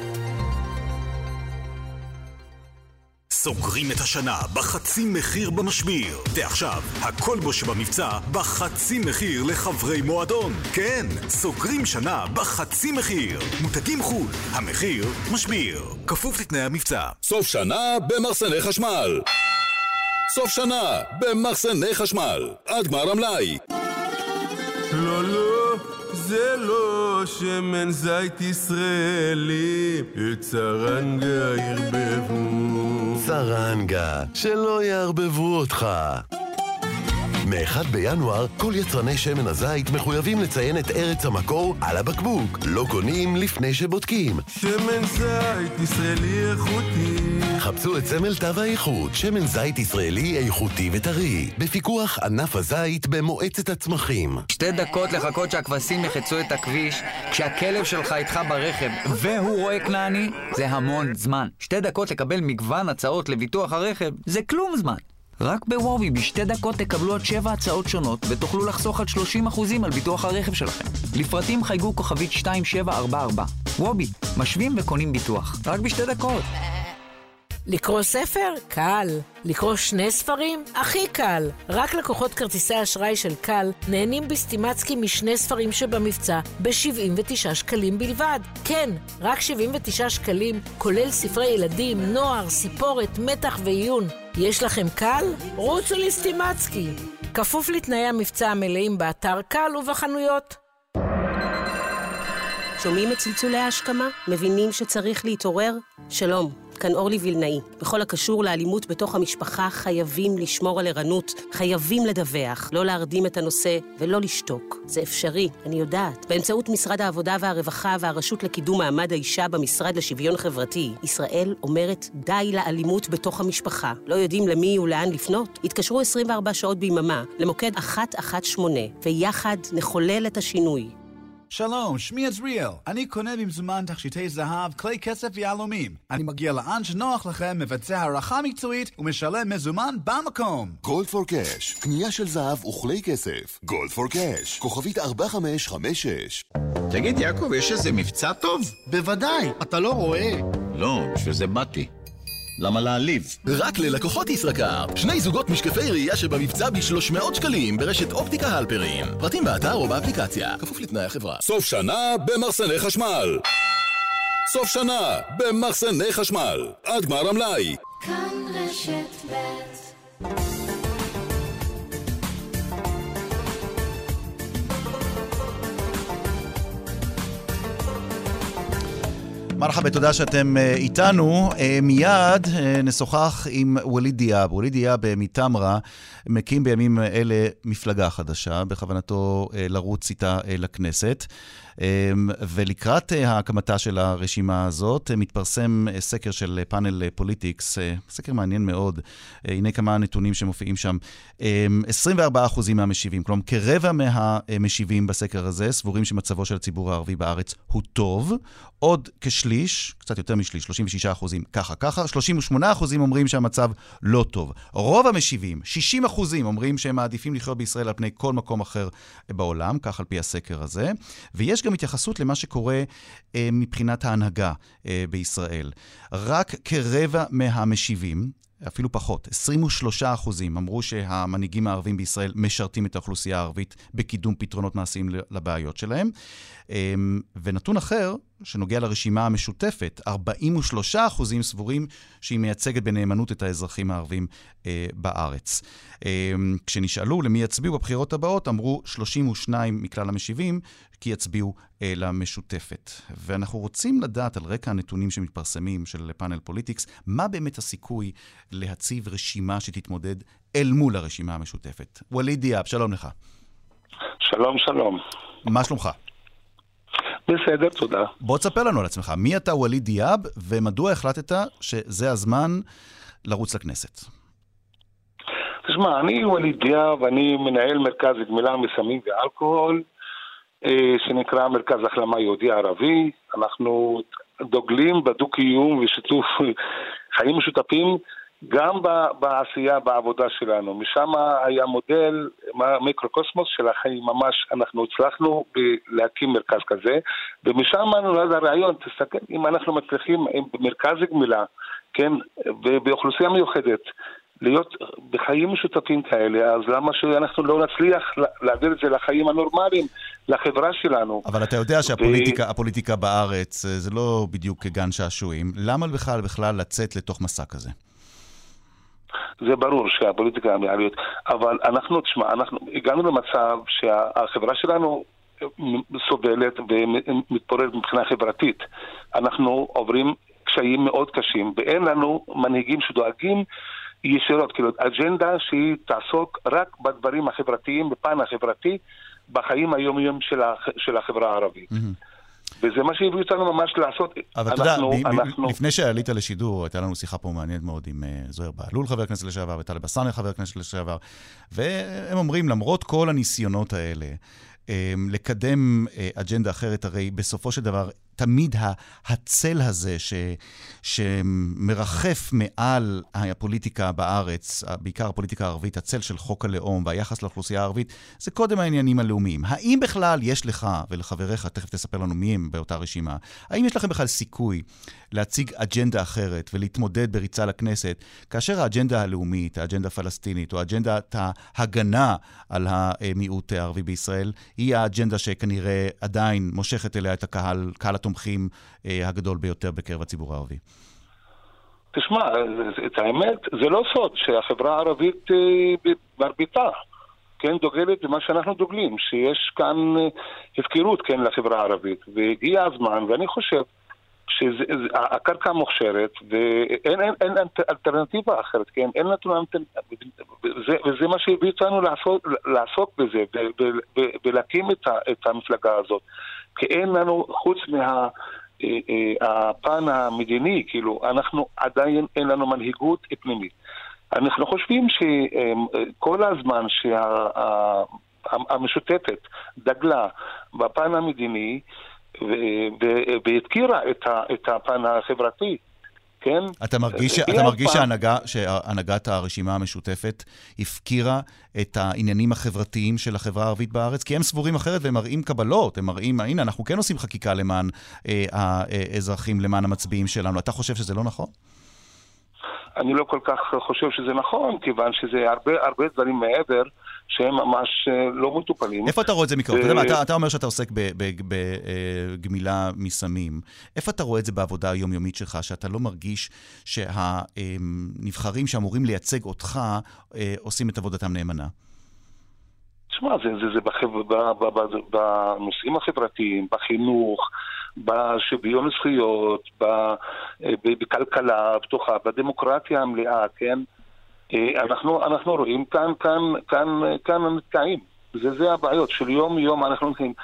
סוגרים את השנה בחצי מחיר במשביר. ועכשיו, הכל בו שבמבצע בחצי מחיר לחברי מועדון. כן, סוגרים שנה בחצי מחיר. מותגים חול, המחיר משביר. כפוף לתנאי המבצע. סוף שנה במחסני חשמל. סוף שנה במחסני חשמל. עד גמר המלאי. לא, לא, זה לא שמן זית ישראלי. את צרנגה ירבבו. צרנגה, שלא יערבבו אותך. מאחד בינואר, כל יצרני שמן הזית מחויבים לציין את ארץ המקור על הבקבוק. לא קונים לפני שבודקים. שמן זית ישראלי איכותי. חפשו את סמל תו האיכות, שמן זית ישראלי איכותי וטרי. בפיקוח ענף הזית במועצת הצמחים. שתי דקות לחכות שהכבשים יחצו את הכביש, כשהכלב שלך איתך ברכב והוא רואה כנעני, זה המון זמן. שתי דקות לקבל מגוון הצעות לביטוח הרכב, זה כלום זמן. רק בוובי בשתי דקות תקבלו עד שבע הצעות שונות ותוכלו לחסוך עד שלושים אחוזים על ביטוח הרכב שלכם. לפרטים חייגו כוכבית שתיים שבע ארבע ארבע. וובי, משווים וקונים ביטוח. רק בשתי דקות. לקרוא ספר? קל. לקרוא שני ספרים? הכי קל. רק לקוחות כרטיסי אשראי של קל נהנים בסטימצקי משני ספרים שבמבצע ב-שבעים ותשעה שקלים בלבד. כן, רק שבעים ותשעה שקלים, כולל ספרי ילדים, נוער, סיפורת, מתח ועיון. יש לכם קל? רוצו לסטימצקי. כפוף לתנאי המבצע המלאים באתר קל ובחנויות. שומעים את צלצולי ההשכמה? מבינים שצריך להתעורר? שלום, כאן אורלי וילנאי. בכל הקשור לאלימות בתוך המשפחה חייבים לשמור על ערנות, חייבים לדווח, לא להרדים את הנושא ולא לשתוק. זה אפשרי, אני יודעת. באמצעות משרד העבודה והרווחה והרשות לקידום מעמד האישה במשרד לשוויון חברתי, ישראל אומרת די לאלימות בתוך המשפחה. לא יודעים למי ולאן לפנות? התקשרו עשרים וארבע שעות ביממה למוקד אחת אחת שמונה, ויחד נחולל את השינוי. שלום, שמי עזריאל. אני קונה במזומן תכשיטי זהב, כלי כסף ויהלומים. אני מגיע לאן שנוח לכם, מבצע הערכה מקצועית ומשלם מזומן במקום. גולד פור קאש, קנייה של זהב וכלי כסף. גולד פור קאש, כוכבית ארבע חמש חמש שש. תגיד יעקב, יש איזה מבצע טוב? בוודאי, אתה לא רואה. לא, בשביל זה באתי. למה להעליב? רק ללקוחות ישראכרט. שני זוגות משקפי ראייה שבמבצע ב-שלוש מאות שקלים ברשת אופטיקה הלפרין. פרטים באתר או באפליקציה. כפוף לתנאי החברה. סוף שנה במחסני חשמל. סוף שנה במחסני חשמל. עד גמר המלאי. כאן רשת ב'. מרחבה, תודה שאתם איתנו. מיד נשוחח עם וליד דיאב. וליד דיאב מתמרה מקים בימים אלה מפלגה חדשה, בכוונתו לרוץ איתה לכנסת. ולקראת ההקמתה של הרשימה הזאת מתפרסם סקר של פאנל פוליטיקס, סקר מעניין מאוד. הנה כמה נתונים שמופיעים שם. עשרים וארבעה אחוז מהמשיבים, כלומר כרבע מהמשיבים בסקר הזה סבורים שמצבו של הציבור הערבי בארץ הוא טוב. עוד כשליש, קצת יותר משליש, שלושים ושישה אחוזים ככה ככה, שלושים ושמונה אחוזים אומרים שהמצב לא טוב. רוב המשיבים, שישים אחוזים אומרים שהם מעדיפים לחיות בישראל על פני כל מקום אחר בעולם, כך על פי הסקר הזה. ויש גם התייחסות למה שקורה אה, מבחינת ההנהגה אה, בישראל. רק כרבע מהמשיבים, אפילו פחות, עשרים ושלושה אחוזים אמרו שהמנהיגים הערבים בישראל משרתים את האוכלוסייה הערבית בקידום פתרונות מעשיים לבעיות שלהם. ונתון אחר, שנוגע לרשימה המשותפת, ארבעים ושלושה אחוזים סבורים שהיא מייצגת בנאמנות את האזרחים הערבים אה, בארץ. אה, כשנשאלו למי יצביעו בבחירות הבאות, אמרו שלושים ושניים מכלל המשיבים כי יצביעו אה, למשותפת. ואנחנו רוצים לדעת על רקע הנתונים שמתפרסמים של פאנל פוליטיקס, מה באמת הסיכוי להציב רשימה שתתמודד אל מול הרשימה המשותפת. וליד דיאב, שלום לך. שלום, שלום. מה שלומך? בסדר, תודה. בוא תספר לנו על עצמך. מי אתה וליד דיאב, ומדוע החלטת שזה הזמן לרוץ לכנסת? תשמע, אני וליד דיאב, אני מנהל מרכז גמילה מסמים ואלכוהול, שנקרא מרכז החלמה יהודי ערבי. אנחנו דוגלים בדו-קיום ושיתוף חיים משותפים, גם בעשייה, בעבודה שלנו. משם היה מודל מיקרוקוסמוס של החיים, ממש אנחנו הצלחנו להקים מרכז כזה, ומשם נולד הרעיון, תסתכל, אם אנחנו מצליחים במרכז גמילה, כן, ובאוכלוסייה מיוחדת, להיות בחיים משותפים כאלה, אז למה שאנחנו לא נצליח להעביר את זה לחיים הנורמליים, לחברה שלנו? אבל אתה יודע שהפוליטיקה, הפוליטיקה בארץ, זה לא בדיוק גן שעשועים. למה בכלל בכלל לצאת לתוך מסע כזה? זה ברור שהפוליטיקה המעליות, אבל אנחנו, תשמע, אנחנו הגענו למצב שהחברה שלנו סובלת ומתפוררת מבחינה חברתית. אנחנו עוברים קשיים מאוד קשים, ואין לנו מנהיגים שדואגים ישירות, כאילו, אג'נדה שהיא תעסוק רק בדברים החברתיים, בפן החברתי, בחיים היום-יום של, הח... של החברה הערבית. וזה מה שהביא אותנו ממש לעשות. אבל אתה יודע, אנחנו... לפני שעלית לשידור, הייתה לנו שיחה פה מעניינת מאוד עם זוהיר בהלול, חבר הכנסת לשעבר, וטלב אלסאנע, חבר הכנסת לשעבר, והם אומרים, למרות כל הניסיונות האלה, לקדם אג'נדה אחרת, הרי בסופו של דבר תמיד הצל הזה ש, שמרחף מעל הפוליטיקה בארץ, בעיקר הפוליטיקה הערבית, הצל של חוק הלאום והיחס לאוכלוסייה הערבית, זה קודם העניינים הלאומיים. האם בכלל יש לך ולחבריך, תכף תספר לנו מי הם באותה רשימה, האם יש לכם בכלל סיכוי להציג אג'נדה אחרת ולהתמודד בריצה לכנסת, כאשר האג'נדה הלאומית, האג'נדה הפלסטינית, או אג'נדת ההגנה על המיעוט הערבי בישראל, היא האג'נדה שכנראה עדיין מושכת אליה את הקהל, קהל התומכים הגדול ביותר בקרב הציבור הערבי? תשמע, את האמת, זה לא סוד שהחברה הערבית מרביתה, כן, דוגלת במה שאנחנו דוגלים, שיש כאן הפקרות, כן, לחברה הערבית, והגיע הזמן, ואני חושב שהקרקע מוכשרת, ואין אין, אין אלטרנטיבה אחרת, כן, אין לנו אלטרנטיבה, וזה מה שהביא אותנו לעסוק, לעסוק בזה, ולהקים את, את המפלגה הזאת, כי אין לנו, חוץ מה... הפן המדיני, כאילו, אנחנו עדיין אין לנו מנהיגות פנימית. אנחנו חושבים שכל הזמן שהמשותפת דגלה בפן המדיני והזכירה את הפן החברתי, כן? אתה מרגיש, אתה מרגיש שההנהגה, שהנהגת הרשימה המשותפת הפקירה את העניינים החברתיים של החברה הערבית בארץ? כי הם סבורים אחרת והם מראים קבלות, הם מראים, הנה, אנחנו כן עושים חקיקה למען אה, האזרחים, למען המצביעים שלנו. אתה חושב שזה לא נכון? אני לא כל כך חושב שזה נכון, כיוון שזה הרבה, הרבה דברים מעבר שהם ממש לא מטופלים. איפה אתה רואה את זה מקרוב? אתה, אתה, אתה אומר שאתה עוסק בגמילה מסמים. איפה אתה רואה את זה בעבודה היומיומית שלך, שאתה לא מרגיש שהנבחרים שאמורים לייצג אותך עושים את עבודתם נאמנה? תשמע, זה, זה, זה בחבר, בנושאים החברתיים, בחינוך, בשוויון זכויות, בכלכלה פתוחה, בדמוקרטיה המלאה, כן? אנחנו, אנחנו רואים כאן, כאן, כאן, כאן נתקעים. זה, זה הבעיות של יום יום אנחנו נתקעים.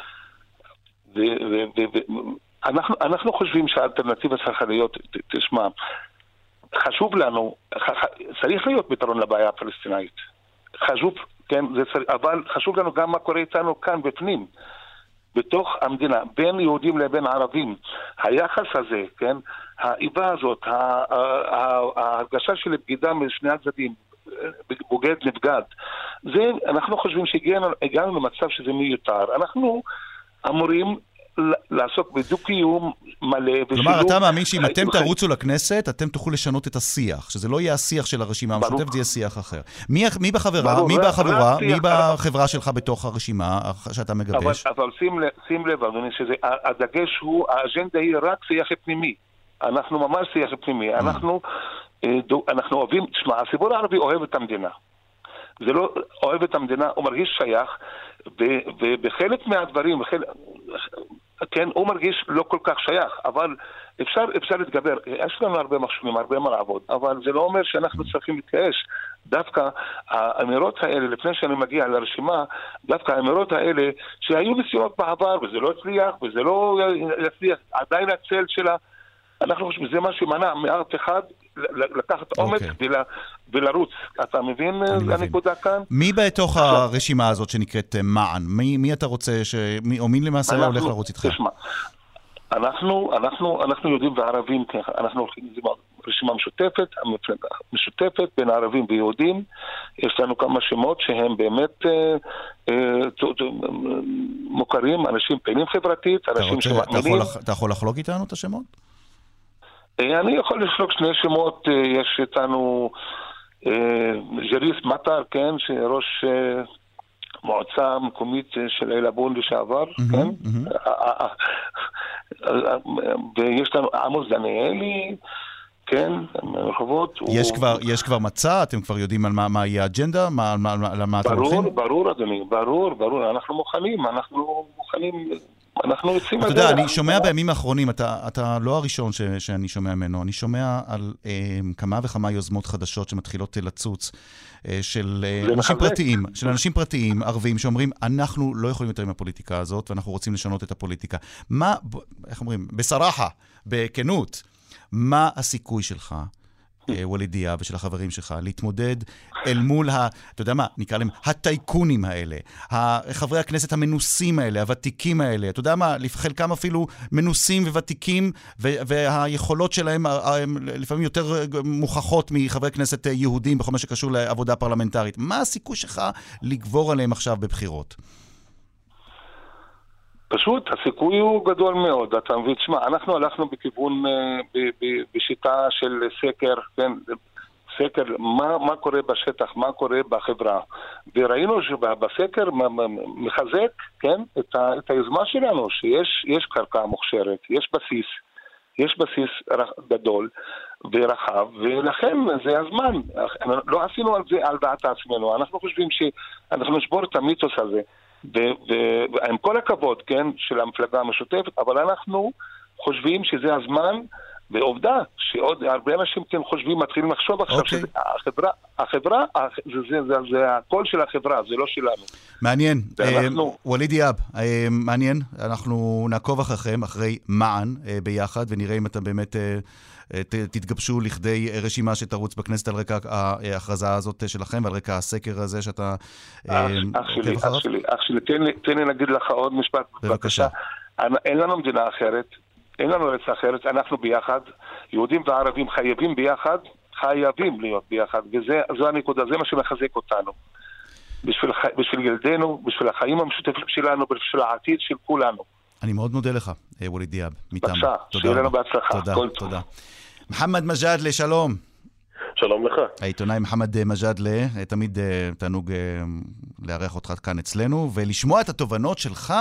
אנחנו, אנחנו חושבים שהאלטרנטיבה צריכה להיות, תשמע, חשוב לנו, צריך להיות פתרון לבעיה הפלסטינאית. חשוב, כן, זה צריך, אבל חשוב לנו גם מה קורה איתנו כאן בפנים. בתוך המדינה, בין יהודים לבין ערבים, היחס הזה, כן, האיבה הזאת, ההרגשה של בגידה משני הצדדים, בוגד נבגד, זה, אנחנו חושבים שהגענו למצב שזה מיותר. אנחנו אמורים לעסוק בדו-קיום מלא ושילוב. כלומר, אתה מאמין שאם אתם תרוצו לכנסת, אתם תוכלו לשנות את השיח, שזה לא יהיה השיח של הרשימה המשותפת, זה יהיה שיח אחר. מי, מי בחברה, מי בחברה, מי בחברה שלך בתוך הרשימה שאתה מגבש? אבל, אבל שים, שים לב, אדוני, שהדגש הוא, האג'נדה היא רק שיח פנימי. אנחנו ממש שיח פנימי. אנחנו, אנחנו אוהבים, תשמע, הציבור הערבי אוהב את המדינה. זה לא אוהב את המדינה, הוא מרגיש שייך, ובחלק מהדברים, בחלק, כן, הוא מרגיש לא כל כך שייך, אבל אפשר, אפשר להתגבר. יש לנו הרבה מחשבים, הרבה מה לעבוד, אבל זה לא אומר שאנחנו צריכים להתייאש. דווקא האמירות האלה, לפני שאני מגיע לרשימה, דווקא האמירות האלה, שהיו ניסיונות בעבר, וזה לא הצליח, וזה לא יצליח, עדיין הצל שלה, אנחנו חושבים, זה מה שמנע מאף אחד לקחת אומץ ולרוץ. אתה מבין הנקודה כאן? מי בתוך הרשימה הזאת שנקראת מען? מי אתה רוצה, או מי למעשה הולך לרוץ איתך? תשמע, אנחנו, אנחנו, אנחנו יודעים וערבים, אנחנו הולכים רשימה משותפת, משותפת בין הערבים ויהודים. יש לנו כמה שמות שהם באמת מוכרים, אנשים פעילים חברתית, אנשים שמאמינים. אתה יכול לחלוק איתנו את השמות? אני יכול לשלוק שני שמות. יש איתנו ג'ריס מטר, כן, שראש מועצה מקומית של אל-אבון לשעבר, כן? ויש לנו עמוס דניאלי, כן, מרחובות. יש כבר מצע? אתם כבר יודעים על מה יהיה האג'נדה? על מה אתם הולכים? ברור, ברור, אדוני, ברור, ברור. אנחנו מוכנים, אנחנו מוכנים... אנחנו יוצאים... אתה יודע, אני שומע בימים האחרונים, אתה, אתה לא הראשון ש, שאני שומע ממנו, אני שומע על אה, כמה וכמה יוזמות חדשות שמתחילות לצוץ, אה, של אה, אנשים פרטיים, של אנשים פרטיים, ערבים, שאומרים, אנחנו לא יכולים יותר עם הפוליטיקה הזאת, ואנחנו רוצים לשנות את הפוליטיקה. מה, איך אומרים, בסרחה, בכנות, מה הסיכוי שלך ווליד דיאב ושל החברים שלך, להתמודד אל מול, ה, אתה יודע מה, נקרא להם הטייקונים האלה, חברי הכנסת המנוסים האלה, הוותיקים האלה, אתה יודע מה, חלקם אפילו מנוסים וותיקים, והיכולות שלהם הם לפעמים יותר מוכחות מחברי כנסת יהודים בכל מה שקשור לעבודה פרלמנטרית. מה הסיכוי שלך לגבור עליהם עכשיו בבחירות? פשוט, הסיכוי הוא גדול מאוד. אתה מבין, תשמע, אנחנו הלכנו בכיוון, ב, ב, בשיטה של סקר, כן, סקר, מה, מה קורה בשטח, מה קורה בחברה. וראינו שבסקר מחזק, כן, את, ה, את היוזמה שלנו, שיש יש קרקע מוכשרת, יש בסיס, יש בסיס גדול ורחב, ולכן זה הזמן. לא עשינו על זה על דעת עצמנו. אנחנו חושבים שאנחנו נשבור את המיתוס הזה. ועם כל הכבוד, כן, של המפלגה המשותפת, אבל אנחנו חושבים שזה הזמן, ועובדה שעוד הרבה אנשים כן חושבים, מתחילים לחשוב עכשיו שזה החברה, החברה, זה, זה, זה, זה הקול של החברה, זה לא שלנו. מעניין. ווליד דיאב, מעניין. אנחנו נעקוב אחריכם, אחרי מען ביחד, ונראה אם אתה באמת תתגבשו לכדי רשימה שתרוץ בכנסת על רקע ההכרזה הזאת שלכם, ועל רקע הסקר הזה שאתה... אח שלי, אח שלי, אח שלי, תן לי להגיד לך עוד משפט. בבקשה. אין לנו מדינה אחרת, אין לנו ארץ אחרת, אנחנו ביחד, יהודים וערבים חייבים ביחד, חייבים להיות ביחד, וזו הנקודה, זה מה שמחזק אותנו. בשביל, בשביל ילדינו, בשביל החיים המשותפים שלנו, בשביל העתיד של כולנו. אני מאוד מודה לך, ווליד דיאב, מטעם. בבקשה, שיהיה לנו בהצלחה. תודה, תודה. מוחמד מג'אדלה, שלום. שלום לך. העיתונאי מוחמד מג'אדלה, תמיד תענוג לארח אותך כאן אצלנו, ולשמוע את התובנות שלך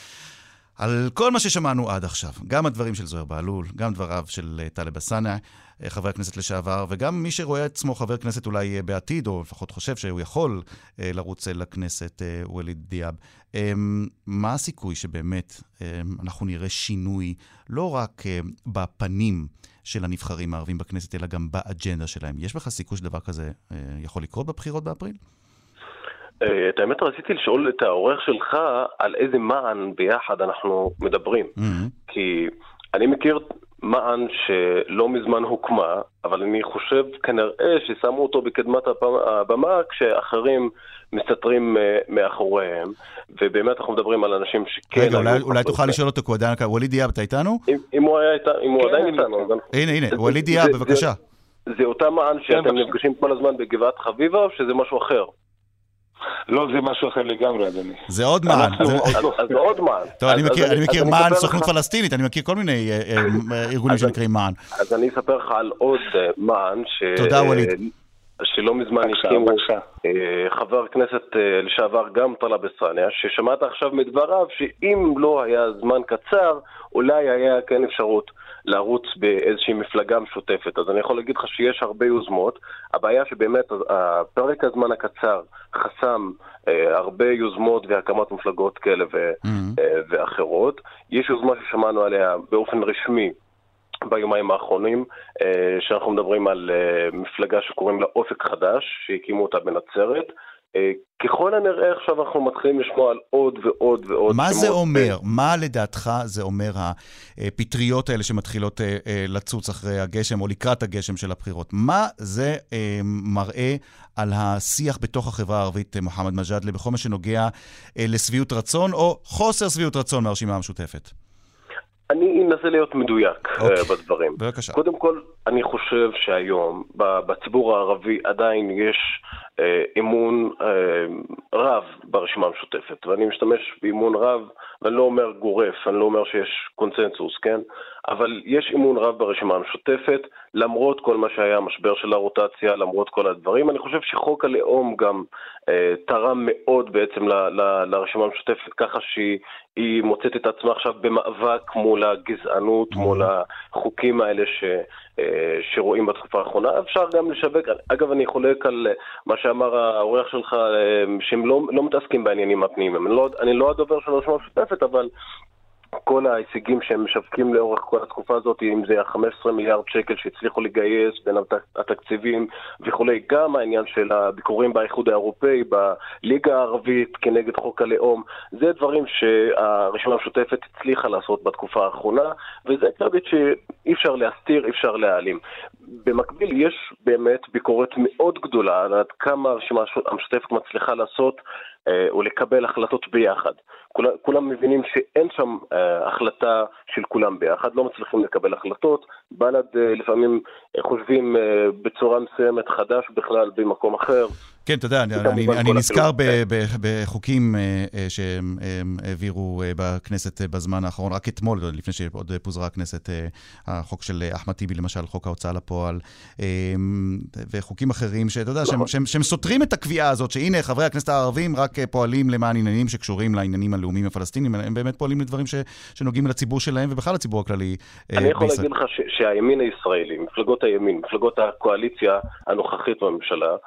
על כל מה ששמענו עד עכשיו. גם הדברים של זוהיר בהלול, גם דבריו של טלב אלסאנע, חבר הכנסת לשעבר, וגם מי שרואה עצמו חבר כנסת אולי בעתיד, או לפחות חושב שהוא יכול לרוץ לכנסת, ווליד דיאב. מה הסיכוי שבאמת אנחנו נראה שינוי לא רק בפנים של הנבחרים הערבים בכנסת, אלא גם באג'נדה שלהם? יש בך סיכוי שדבר כזה יכול לקרות בבחירות באפריל? את האמת רציתי לשאול את העורך שלך על איזה מען ביחד אנחנו מדברים. כי אני מכיר מען שלא מזמן הוקמה, אבל אני חושב כנראה ששמו אותו בקדמת הבמה כשאחרים מסתתרים מאחוריהם, ובאמת אנחנו מדברים על אנשים שכן... רגע, אולי תוכל לשאול אותו כעדיין, ווליד דיאב, אתה איתנו? אם הוא עדיין איתנו. הנה, הנה, ווליד דיאב, בבקשה. זה אותה מען שאתם נפגשים כל הזמן בגבעת חביבה, או שזה משהו אחר? לא, זה משהו אחר לגמרי, אדוני. זה עוד מען. אז זה עוד מען. טוב, אני מכיר מען סוכנות פלסטינית, אני מכיר כל מיני ארגונים שנקראים מען. אז אני אספר לך על עוד מען תודה, ווליד. שלא מזמן הקימו חבר כנסת לשעבר גם טלב אלסאנע, ששמעת עכשיו מדבריו שאם לא היה זמן קצר, אולי היה כן אפשרות לערוץ באיזושהי מפלגה משותפת. אז אני יכול להגיד לך שיש הרבה יוזמות. הבעיה שבאמת הפרק הזמן הקצר חסם אה, הרבה יוזמות והקמת מפלגות כאלה ו- mm-hmm. אה, ואחרות. יש יוזמה ששמענו עליה באופן רשמי ביומיים האחרונים, אה, שאנחנו מדברים על אה, מפלגה שקוראים לה אופק חדש, שהקימו אותה בנצרת. ככל הנראה עכשיו אנחנו מתחילים לשמוע על עוד ועוד ועוד. מה זה אומר? מה לדעתך זה אומר הפטריות האלה שמתחילות לצוץ אחרי הגשם או לקראת הגשם של הבחירות? מה זה מראה על השיח בתוך החברה הערבית, מוחמד מג'אדלה, בכל מה שנוגע לשביעות רצון או חוסר שביעות רצון מהרשימה המשותפת? אני אנסה להיות מדויק okay. בדברים. בבקשה. קודם כל, אני חושב שהיום בציבור הערבי עדיין יש אה, אמון אה, רב ברשימה המשותפת, ואני משתמש באמון רב, ואני לא אומר גורף, אני לא אומר שיש קונצנזוס, כן? אבל יש אמון רב ברשימה המשותפת, למרות כל מה שהיה המשבר של הרוטציה, למרות כל הדברים. אני חושב שחוק הלאום גם אה, תרם מאוד בעצם ל, ל, לרשימה המשותפת, ככה שהיא מוצאת את עצמה עכשיו במאבק מול הגזענות, mm-hmm. מול החוקים האלה ש, אה, שרואים בתקופה האחרונה. אפשר גם לשווק, אגב אני חולק על מה שאמר העורך שלך, אה, שהם לא, לא מתעסקים בעניינים הפנימיים. אני לא, אני לא הדובר של הרשימה המשותפת, אבל כל ההישגים שהם משווקים לאורך כל התקופה הזאת, אם זה ה-חמישה עשר מיליארד שקל שהצליחו לגייס בין התקציבים וכולי, גם העניין של הביקורים באיחוד האירופאי, בליגה הערבית כנגד חוק הלאום, זה דברים שהרשימה המשותפת הצליחה לעשות בתקופה האחרונה, וזה קרדיט שאי אפשר להסתיר, אי אפשר להעלים. במקביל יש באמת ביקורת מאוד גדולה על עד כמה הרשימה המשותפת מצליחה לעשות ולקבל החלטות ביחד. כולם, כולם מבינים שאין שם אה, החלטה של כולם ביחד, לא מצליחים לקבל החלטות. בל"ד אה, לפעמים אה, חושבים אה, בצורה מסוימת חדש בכלל במקום אחר. כן, אתה יודע, אני, אני, אני נזכר ב, ב, בחוקים אה, שהם אה, העבירו אה, בכנסת אה, בזמן האחרון, רק אתמול, לפני שעוד פוזרה הכנסת, אה, החוק של אחמד טיבי, למשל, חוק ההוצאה לפועל, אה, וחוקים אחרים, שאתה יודע, שהם, שהם, שהם סותרים את הקביעה הזאת, שהנה, חברי הכנסת הערבים רק פועלים למען עניינים שקשורים לעניינים הלאומיים הפלסטינים, הם באמת פועלים לדברים ש, שנוגעים לציבור שלהם, ובכלל לציבור הכללי אה, אני יכול בישראל. להגיד לך ש, שהימין הישראלי, מפלגות הימין, מפלגות הקואליציה הנוכחית בממשלה,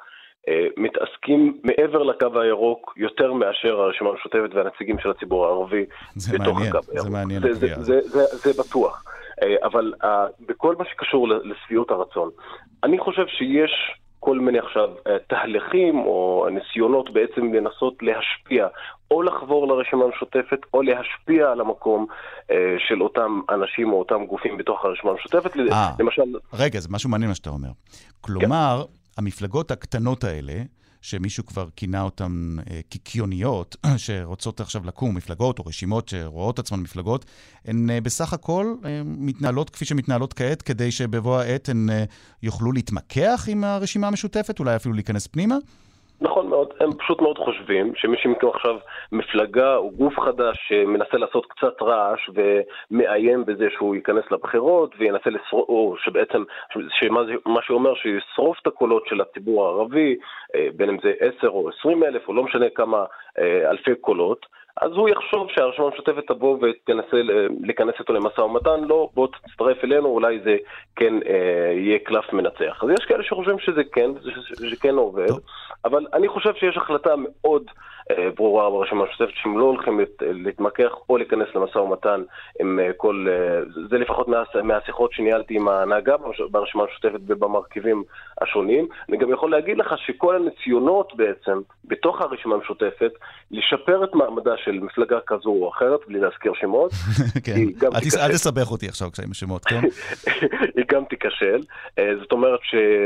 מתעסקים מעבר לקו הירוק יותר מאשר הרשימה המשותפת והנציגים של הציבור הערבי בתוך הקו הירוק. זה מעניין, זה, זה, זה, זה, זה בטוח. אבל בכל מה שקשור לשביעות הרצון, אני חושב שיש כל מיני עכשיו תהליכים או ניסיונות בעצם לנסות להשפיע או לחבור לרשימה המשותפת או להשפיע על המקום של אותם אנשים או אותם גופים בתוך הרשימה המשותפת. למשל... רגע, זה משהו מעניין מה שאתה אומר. כלומר... המפלגות הקטנות האלה, שמישהו כבר כינה אותן אה, קיקיוניות, שרוצות עכשיו לקום מפלגות או רשימות שרואות עצמן מפלגות, הן אה, בסך הכל אה, מתנהלות כפי שמתנהלות כעת, כדי שבבוא העת הן אה, יוכלו להתמקח עם הרשימה המשותפת, אולי אפילו להיכנס פנימה? נכון מאוד, הם פשוט מאוד חושבים שמי שמקים עכשיו מפלגה או גוף חדש שמנסה לעשות קצת רעש ומאיים בזה שהוא ייכנס לבחירות וינסה לשרוף, או שבעצם, שמה שאומר שישרוף את הקולות של הציבור הערבי, בין אם זה עשר או עשרים אלף או לא משנה כמה אלפי קולות, אז הוא יחשוב שהרשימה המשותפת תבוא ותנסה להיכנס איתו למשא ומתן, לא, בוא תצטרף אלינו, אולי זה כן אה, יהיה קלף מנצח. אז יש כאלה שחושבים שזה כן, שזה כן עובד, טוב. אבל אני חושב שיש החלטה מאוד אה, ברורה ברשימה המשותפת, שהם לא הולכים לת, להתמקח או להיכנס למשא ומתן עם אה, כל, אה, זה לפחות מה, מהשיחות שניהלתי עם ההנהגה ברשימה המשותפת ובמרכיבים השונים. אני גם יכול להגיד לך שכל הניסיונות בעצם, בתוך הרשימה המשותפת, לשפר את מעמדה של מפלגה כזו או אחרת, בלי להזכיר שמות. כן, אל תסבך אותי עכשיו כשהם שמות, כן? היא גם תיכשל. זאת אומרת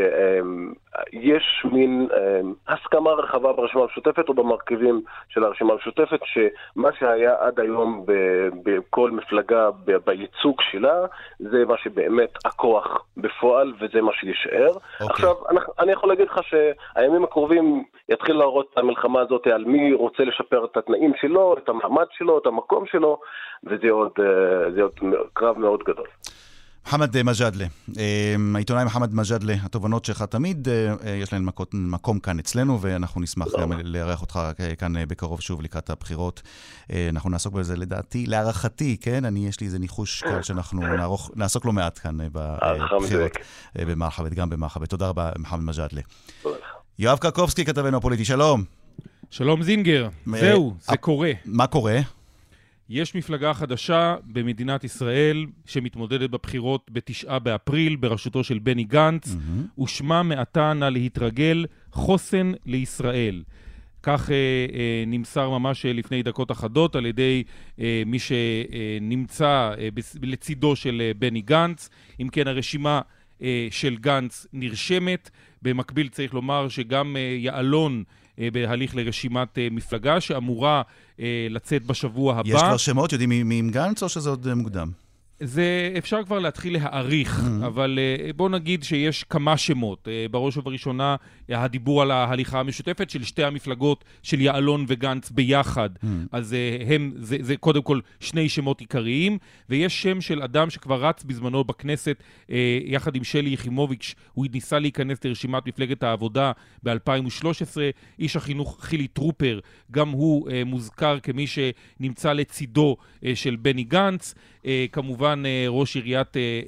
שיש מין הסכמה רחבה ברשימה המשותפת או במרכיבים של הרשימה המשותפת, שמה שהיה עד היום בכל מפלגה בייצוג שלה, זה מה שבאמת הכוח בפועל וזה מה שישאר. עכשיו, אני יכול להגיד לך שהימים הקרובים יתחיל להראות את המלחמה הזאת על מי רוצה לשפר את התנאים שלו, את המעמד שלו, את המקום שלו, וזה עוד, זה עוד קרב מאוד גדול. מחמד מג'אדלה, העיתונאי מחמד מג'אדלה, התובנות שלך תמיד יש להן מקום כאן אצלנו, ואנחנו נשמח גם לארח אותך כאן בקרוב שוב לקראת הבחירות. אנחנו נעסוק בזה לדעתי, להערכתי, כן? אני, יש לי איזה ניחוש כאן שאנחנו נערוך, נעסוק לא מעט כאן בבחירות, במרחבת, גם במרחבת. תודה רבה, מחמד מג'אדלה. יואב קרקובסקי, כתבנו הפוליטי, שלום. שלום זינגר, זהו, זה קורה. מה קורה? יש מפלגה חדשה במדינת ישראל שמתמודדת בבחירות בתשעה באפריל בראשותו של בני גנץ, mm-hmm. ושמה מעתה נא להתרגל חוסן לישראל. כך אה, אה, נמסר ממש לפני דקות אחדות על ידי אה, מי שנמצא אה, לצידו של אה, בני גנץ. אם כן, הרשימה אה, של גנץ נרשמת. במקביל צריך לומר שגם אה, יעלון בהליך לרשימת מפלגה שאמורה לצאת בשבוע הבא. יש כבר שמות, יודעים מי עם גנץ או שזה עוד מוקדם? זה אפשר כבר להתחיל להעריך, mm-hmm. אבל בוא נגיד שיש כמה שמות. בראש ובראשונה הדיבור על ההליכה המשותפת של שתי המפלגות של יעלון וגנץ ביחד. Mm-hmm. אז הם, זה, זה קודם כל שני שמות עיקריים, ויש שם של אדם שכבר רץ בזמנו בכנסת יחד עם שלי יחימוביץ', הוא ניסה להיכנס לרשימת מפלגת העבודה ב-אלפיים ושלוש עשרה. איש החינוך חילי טרופר, גם הוא מוזכר כמי שנמצא לצידו של בני גנץ. כמובן ראש עיריית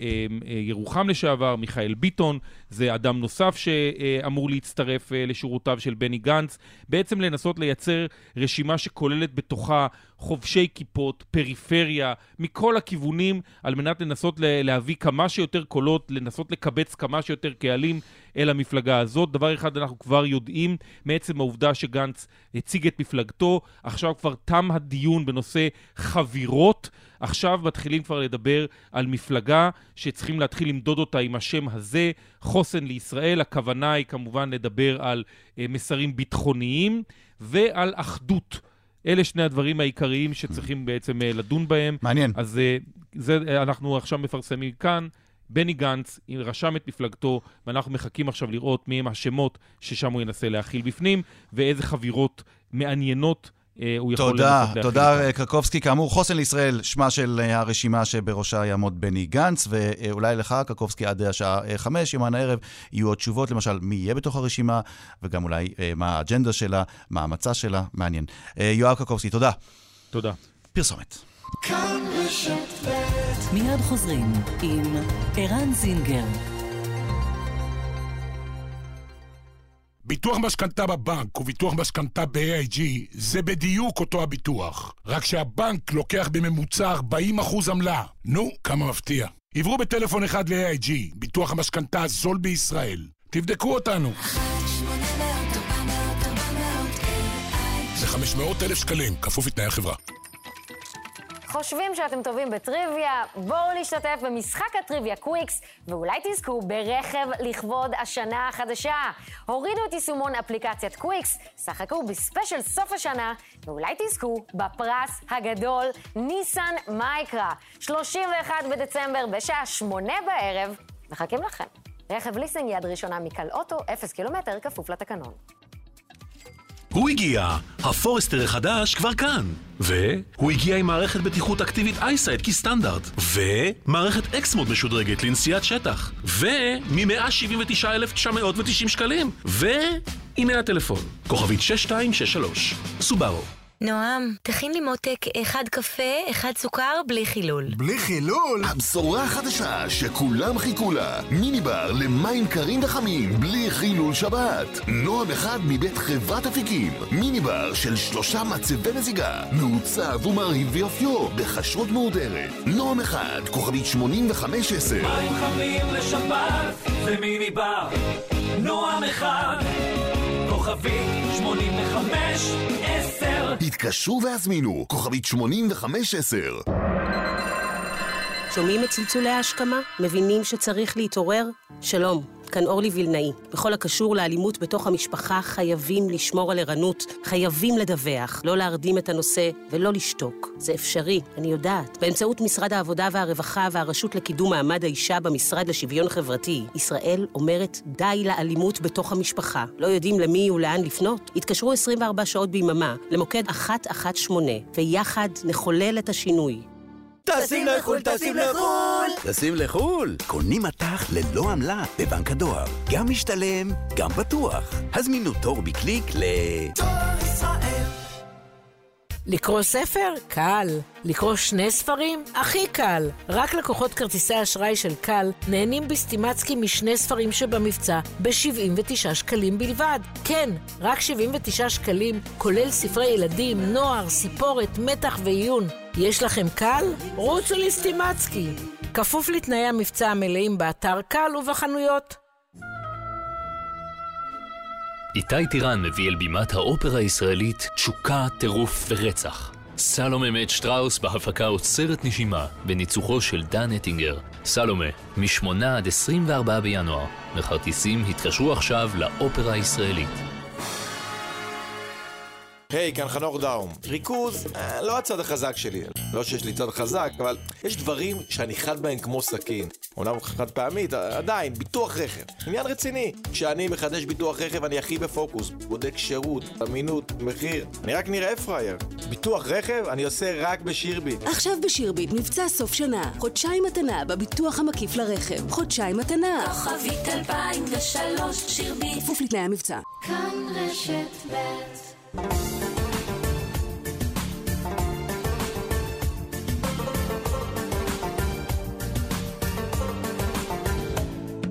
ירוחם לשעבר, מיכאל ביטון, זה אדם נוסף שאמור להצטרף לשורותיו של בני גנץ, בעצם לנסות לייצר רשימה שכוללת בתוכה חובשי כיפות, פריפריה, מכל הכיוונים, על מנת לנסות להביא כמה שיותר קולות, לנסות לקבץ כמה שיותר קהלים אל המפלגה הזאת. דבר אחד אנחנו כבר יודעים, מעצם העובדה שגנץ הציג את מפלגתו, עכשיו כבר תם הדיון בנושא חבירות, עכשיו מתחילים כבר לדבר על מפלגה שצריכים להתחיל למדוד אותה עם השם הזה, חוסן לישראל. הכוונה היא כמובן לדבר על מסרים ביטחוניים ועל אחדות. אלה שני הדברים העיקריים שצריכים בעצם לדון בהם. מעניין. אז זה אנחנו עכשיו מפרסמים כאן. בני גנץ רשם את מפלגתו, ואנחנו מחכים עכשיו לראות מי הם השמות ששם הוא ינסה להכיל בפנים, ואיזה חבירות מעניינות הוא יכול לנסות להכיל. תודה, תודה קרקובסקי. כאמור, חוסן לישראל, שמה של הרשימה שבראשה יעמוד בני גנץ, ואולי לך, קרקובסקי, עד השעה חמש, יומן הערב, יהיו עוד תשובות, למשל, מי יהיה בתוך הרשימה, וגם אולי מה האג'נדה שלה, מה המצע שלה, מעניין. יואב קרקובסקי, תודה. תודה. פרסומת. מיד חוזרים עם ערן זינגר. ביטוח משכנתה בבנק וביטוח משכנתה ב-איי איי ג'י זה בדיוק אותו הביטוח, רק שהבנק לוקח בממוצע ארבעים אחוז עמלה. נו, כמה מפתיע. עברו בטלפון אחד ל-איי איי ג'י, ביטוח המשכנתה הזול בישראל. תבדקו אותנו. זה חמש מאות אלף שקלים, כפוף לתנאי החברה. חושבים שאתם טובים בטריוויה? בואו להשתתף במשחק הטריוויה קוויקס, ואולי תזכו ברכב לכבוד השנה החדשה. הורידו את יישומון אפליקציית קוויקס, שחקו בספיישל סוף השנה, ואולי תזכו בפרס הגדול ניסן מייקרה. שלושים ואחד בדצמבר בשעה שמונה בערב, מחכים לכם. רכב ליסינג יד ראשונה מקל אוטו, אפס קילומטר, כפוף לתקנון. הוא הגיע, הפורסטר החדש כבר כאן. והוא הגיע עם מערכת בטיחות אקטיבית אייסייט כסטנדרט. ומערכת אקסמוד משודרגת לנסיעת שטח. ומ-מאה שבעים ותשעה אלף תשע מאות ותשעים שקלים. והנה הטלפון, כוכבית שש שתיים שש שלוש, סובארו. נועם, תכין לי מותק אחד קפה, אחד סוכר, בלי חילול. בלי חילול? הבשורה החדשה שכולם חיכו לה. מיני בר למים קרים וחמים, בלי חילול שבת. נועם אחד מבית חברת אפיקים. מיני בר של שלושה מצבי מזיגה. מעוצב ומרהיב ויופיו, בחשרות מהודרת. נועם אחד, כוכבית שמונים וחמש עשר. מים חמים לשבת, זה מיני בר. נועם אחד, כוכבית שמונים וחמש עשר. התקשרו והזמינו, כוכבית שמונים וחמש עשר. שומעים את צלצולי ההשכמה? מבינים שצריך להתעורר? שלום, כאן אורלי וילנאי. בכל הקשור לאלימות בתוך המשפחה חייבים לשמור על ערנות, חייבים לדווח, לא להרדים את הנושא ולא לשתוק. זה אפשרי, אני יודעת. באמצעות משרד העבודה והרווחה והרשות לקידום מעמד האישה במשרד לשוויון חברתי, ישראל אומרת די לאלימות בתוך המשפחה. לא יודעים למי ולאן לפנות? התקשרו עשרים וארבע שעות ביממה למוקד אחת אחת שמונה, ויחד נחולל את השינוי. טסים לחול, טסים לחול! טסים לחול! קונים מטח ללא עמלה בבנק הדואר. גם משתלם, גם בטוח. הזמינו תור בקליק ל... תור ישראל. לקרוא ספר? קל. לקרוא שני ספרים? הכי קל. רק לקוחות כרטיסי אשראי של קל נהנים בסטימצקי משני ספרים שבמבצע ב-שבעים ותשעה שקלים בלבד. כן, רק שבעים ותשעה שקלים, כולל ספרי ילדים, נוער, סיפורת, מתח ועיון. יש לכם קל? רוצו לסטימצקי. כפוף לתנאי המבצע המלאים באתר קל ובחנויות. איתי טירן מביא אל בימת האופרה הישראלית תשוקה, טירוף ורצח. סלומה מאת שטראוס בהפקה עוצרת נשימה בניצוחו של דן אטינגר. סלומה, משמונה עד עשרים וארבעה בינואר. לכרטיסים התקשרו עכשיו לאופרה הישראלית. היי, כאן חנוך דאום. ריכוז, אה, לא הצד החזק שלי. לא שיש לי צד חזק, אבל יש דברים שאני חד בהם כמו סכין. אומנם חד פעמית, עדיין, ביטוח רכב. עניין רציני. כשאני מחדש ביטוח רכב, אני הכי בפוקוס. בודק שירות, אמינות, מחיר. אני רק נראה פרייר. ביטוח רכב, אני עושה רק בשירביט. עכשיו בשירביט, מבצע סוף שנה. חודשיים מתנה בביטוח המקיף לרכב. חודשיים מתנה. כוכבית אלפיים ושלוש, שירביט. כפוף לתנאי המבצע. כאן רשת ב'.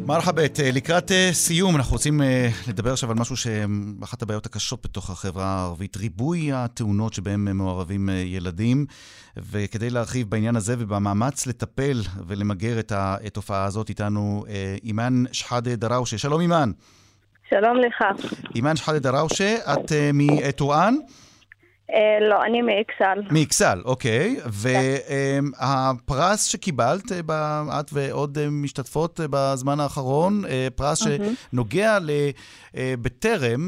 מרחבת, לקראת סיום, אנחנו רוצים לדבר עכשיו על משהו שאחת הבעיות הקשות בתוך החברה הערבית, ריבוי התאונות שבהם מעורבים ילדים, וכדי להרחיב בעניין הזה ובמאמץ לטפל ולמגר את התופעה הזאת, איתנו אימן שחאדה דראושה. שלום אימן. שלום לך. אימן שחאדה דראושה, את מטורען? לא, אני מאקסל. מאקסל, אוקיי. והפרס שקיבלת, את ועוד משתתפות בזמן האחרון, פרס שנוגע לבטרם,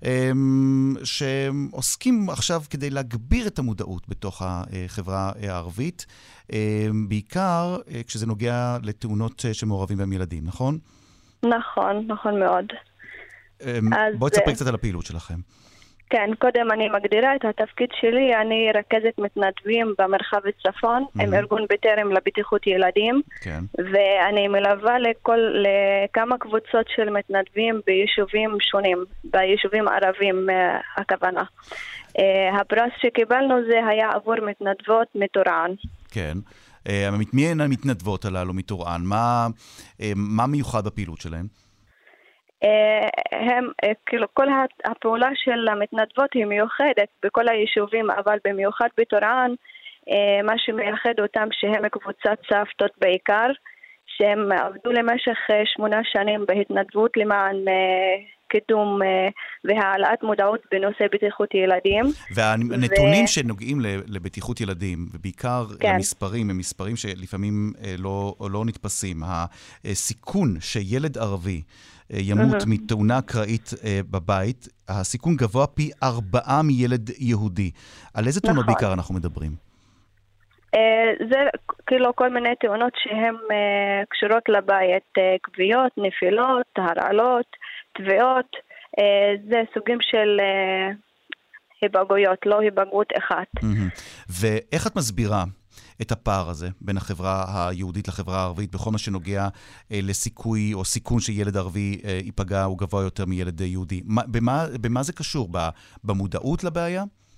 שעוסקים עכשיו כדי להגביר את המודעות בתוך החברה הערבית, בעיקר כשזה נוגע לתאונות שמעורבים בהם ילדים, נכון? נכון, נכון מאוד. בואי תספרי קצת על הפעילות שלכם. כן, קודם אני מגדירה את התפקיד שלי, אני רכזת מתנדבים במרחב הצפון, mm-hmm. עם ארגון בטרם לבטיחות ילדים, כן. ואני מלווה לכל, לכמה קבוצות של מתנדבים ביישובים שונים, ביישובים ערבים הכוונה. הפרס שקיבלנו זה היה עבור מתנדבות מטורען. כן, מי הן המתנדבות הללו מטורען? מה, מה מיוחד בפעילות שלהן? הם, כאילו, כל הפעולה של המתנדבות היא מיוחדת בכל היישובים, אבל במיוחד בטורען, מה שמייחד אותם שהם קבוצת סבתות בעיקר, שהם עבדו למשך שמונה שנים בהתנדבות למען קידום והעלאת מודעות בנושא בטיחות ילדים. והנתונים ו... שנוגעים לבטיחות ילדים, ובעיקר כן. למספרים, הם מספרים שלפעמים לא, לא נתפסים. הסיכון שילד ערבי ימות mm-hmm. מתאונה אקראית uh, בבית, הסיכון גבוה פי ארבעה מילד יהודי. על איזה תאונות נכון. בעיקר אנחנו מדברים? Uh, זה כאילו כל מיני תאונות שהן uh, קשורות לבית, uh, כוויות, נפילות, הרעלות, תביעות, uh, זה סוגים של uh, היפגעויות, לא היפגעות אחת. Mm-hmm. ואיך את מסבירה את הפער הזה בין החברה היהודית לחברה הערבית, בכל מה שנוגע אה, לסיכוי או סיכון שילד ערבי אה, ייפגע הוא גבוה יותר מילד יהודי? מה, במה, במה זה קשור? במודעות לבעיה?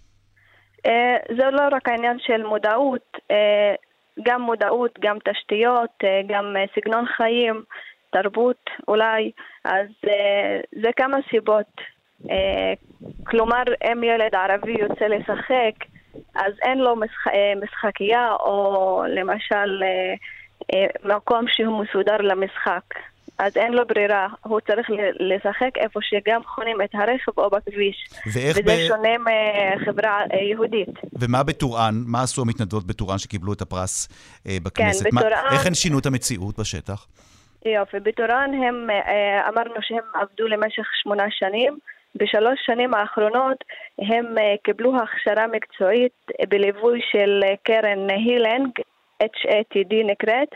אה, זה לא רק העניין של מודעות, אה, גם מודעות, גם תשתיות, אה, גם אה, סגנון חיים, תרבות אולי, אז אה, זה כמה סיבות. אה, כלומר, אם ילד ערבי יוצא לשחק, אז אין לו משחק, משחקייה או למשל מקום שהוא מסודר למשחק. אז אין לו ברירה, הוא צריך לשחק איפה שגם חונים את הרכב או בכביש. וזה ב... שונה מחברה יהודית. ומה בטורען? מה עשו המתנדבות בטורען שקיבלו את הפרס בכנסת? כן, בטורען... מה... איך הן שינו את המציאות בשטח? יופי, בטורען הם, אמרנו שהם עבדו למשך שמונה שנים, בשלוש שנים האחרונות הם קיבלו הכשרה מקצועית בליווי של קרן הילנג, אייץ' איי טי די נקראת,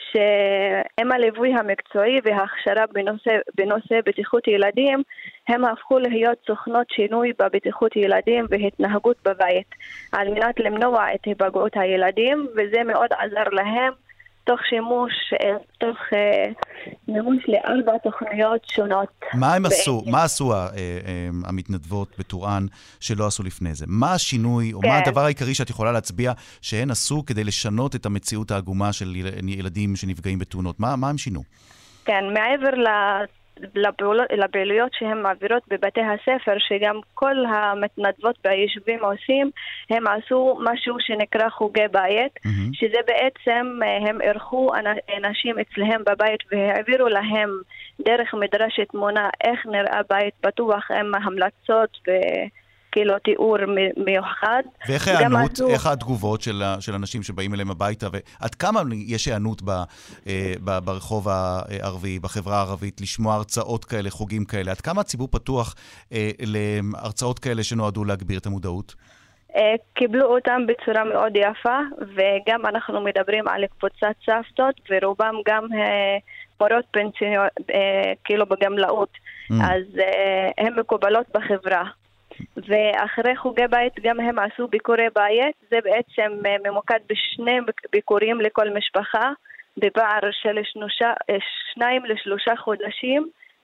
שהם הליווי המקצועי וההכשרה בנושא, בנושא בטיחות ילדים, הם הפכו להיות סוכנות שינוי בבטיחות ילדים והתנהגות בבית, על מנת למנוע את היפגעות הילדים, וזה מאוד עזר להם, תוך שימוש, תוך מימוש לארבע תוכניות שונות. מה הם עשו? מה עשו המתנדבות בטורען שלא עשו לפני זה? מה השינוי, או מה הדבר העיקרי שאת יכולה להצביע שהן עשו כדי לשנות את המציאות העגומה של ילדים שנפגעים בתאונות? מה הם שינו? כן, מעבר ל... לפעילויות שהן מעבירות בבתי הספר, שגם כל המתנדבות ביישובים עושים, הם עשו משהו שנקרא חוגי בית, mm-hmm. שזה בעצם הם ערכו אנשים אצלהם בבית והעבירו להם דרך מדרשת תמונה איך נראה בית בטוח עם המלצות ו... כאילו תיאור מיוחד. ואיך הענות, עשו... איך התגובות של, של אנשים שבאים אליהם הביתה, ועד כמה יש הענות ב, ב, ברחוב הערבי, בחברה הערבית, לשמוע הרצאות כאלה, חוגים כאלה? עד כמה הציבור פתוח אה, להרצאות כאלה שנועדו להגביר את המודעות? אה, קיבלו אותם בצורה מאוד יפה, וגם אנחנו מדברים על קבוצת סבתות, ורובם גם אה, מורות פנסיוניות, אה, כאילו בגמלאות. Mm. אז אה, הן מקובלות בחברה. ואחרי חוגי בית גם הם עשו ביקורי בית, זה בעצם ממוקד בשני ביקורים לכל משפחה, בפער של שנושה, שניים לשלושה חודשים,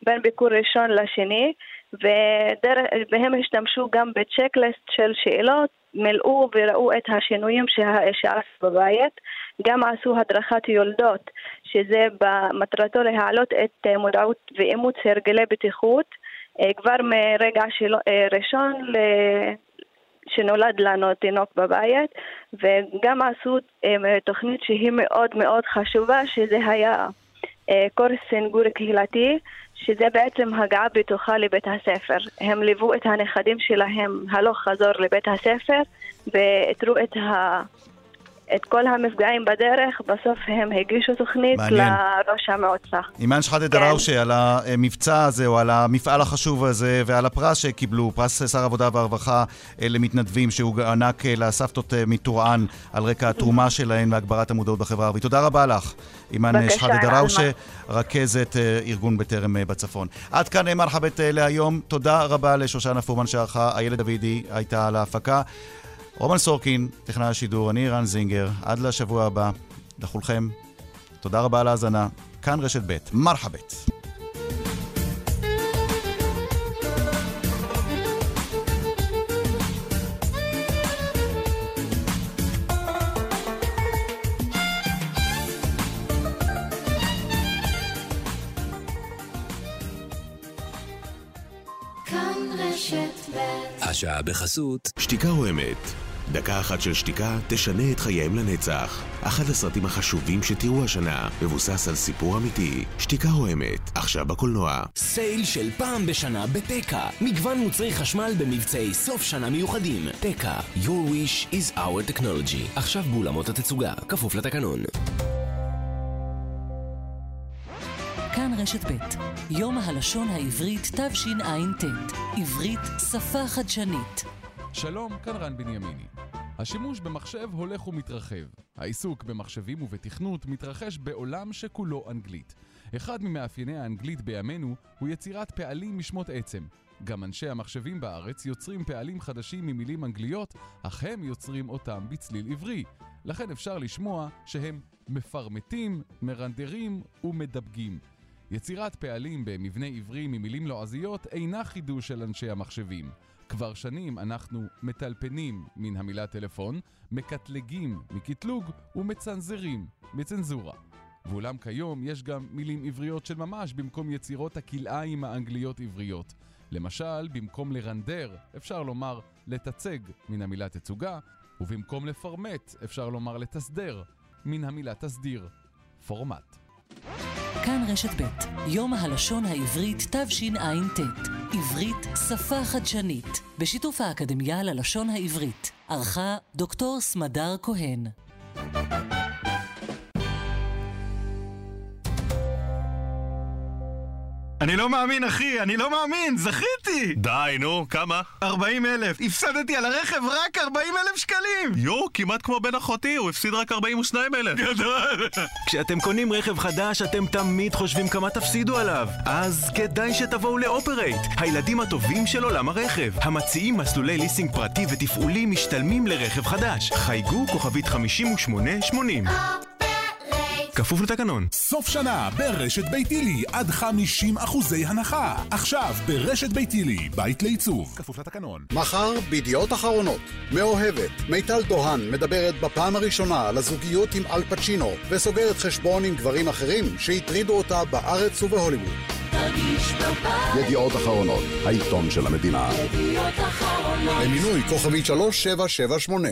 בין ביקור ראשון לשני, ודרך, והם השתמשו גם בצ'קליסט של שאלות, מלאו וראו את השינויים שעשו בבית. גם עשו הדרכת יולדות, שזה במטרתו להעלות את מודעות ואימוץ הרגלי בטיחות, כבר מרגע ראשון שנולד לנו תינוק בבית, וגם עשו תוכנית שהיא מאוד מאוד חשובה, שזה היה קורס סנגור קהילתי, שזה בעצם הגעה בטוחה לבית הספר. הם ליוו את הנכדים שלהם הלוך חזור לבית הספר, ואתרו את ה... את כל המפגעים בדרך, בסוף הם הגישו תוכנית מעניין. לראש המועצה. אימן שחאדה דראושה, על המבצע הזה, או על המפעל החשוב הזה, ועל הפרס שקיבלו, פרס שר העבודה והרווחה למתנדבים, שהוא ענק לסבתות מטורען, על רקע התרומה שלהן והגברת המודעות בחברה הערבית. תודה רבה לך, אימן שחאדה דראושה, רכזת ארגון בטרם בצפון. עד כאן מרחבת להיום. תודה רבה לשושנה פורמן שערכה, איילת דוידי הייתה על ההפקה. רומן סורקין, טכנאי השידור, אני רן זינגר, עד לשבוע הבא, לכולכם, תודה רבה על ההאזנה, כאן רשת ב', מרחבת. כאן רשת ב'. השעה בחסות שתיקה או אמת. דקה אחת של שתיקה תשנה את חייהם לנצח. אחד הסרטים החשובים שתראו השנה מבוסס על סיפור אמיתי. שתיקה או אמת, עכשיו בקולנוע. סייל של פעם בשנה בטקה. מגוון מוצרי חשמל במבצעי סוף שנה מיוחדים. טקה, your wish is our technology. עכשיו באולמות התצוגה, כפוף לתקנון. כאן רשת ב', יום הלשון העברית תשע"ט, עברית שפה חדשנית. שלום, כאן רן בנימיני. השימוש במחשב הולך ומתרחב. העיסוק במחשבים ובתכנות מתרחש בעולם שכולו אנגלית. אחד ממאפייני האנגלית בימינו הוא יצירת פעלים משמות עצם. גם אנשי המחשבים בארץ יוצרים פעלים חדשים ממילים אנגליות, אך הם יוצרים אותם בצליל עברי. לכן אפשר לשמוע שהם מפרמטים, מרנדרים ומדבגים. יצירת פעלים במבנה עברי ממילים לועזיות אינה חידוש של אנשי המחשבים. כבר שנים אנחנו מטלפנים מן המילה טלפון, מקטלגים מקטלוג ומצנזרים מצנזורה. ואולם כיום יש גם מילים עבריות של ממש במקום יצירות הכלאיים האנגליות עבריות. למשל, במקום לרנדר אפשר לומר לתצג מן המילה תצוגה, ובמקום לפרמט אפשר לומר לתסדר מן המילה תסדיר, פורמט. כאן רשת ב', יום הלשון העברית תשע"ט, עברית שפה חדשנית, בשיתוף האקדמיה ללשון העברית, ערכה דוקטור סמדר כהן. אני לא מאמין, אחי, אני לא מאמין, זכיתי! די, נו, כמה? ארבעים אלף, הפסדתי על הרכב רק ארבעים אלף שקלים! יו, כמעט כמו בן אחותי, הוא הפסיד רק ארבעים ושניים אלף. גדול! כשאתם קונים רכב חדש, אתם תמיד חושבים כמה תפסידו עליו. אז כדאי שתבואו לאופרייט, הילדים הטובים של עולם הרכב. המציעים מסלולי ליסינג פרטי ותפעולי משתלמים לרכב חדש. חייגו כוכבית חמישים ושמונה שמונים. כפוף לתקנון. סוף שנה ברשת ביתילי עד חמישים אחוזי הנחה. עכשיו ברשת ביתילי, בית לעיצוב. כפוף לתקנון. מחר בידיעות אחרונות. מאוהבת, מיטל דוהן מדברת בפעם הראשונה על הזוגיות עם אל פצ'ינו וסוגרת חשבון עם גברים אחרים שהטרידו אותה בארץ ובהוליווד. ידיעות אחרונות, העיתון של המדינה. ידיעות אחרונות. למינוי כוכבית שלוש שבע שבע שמונה.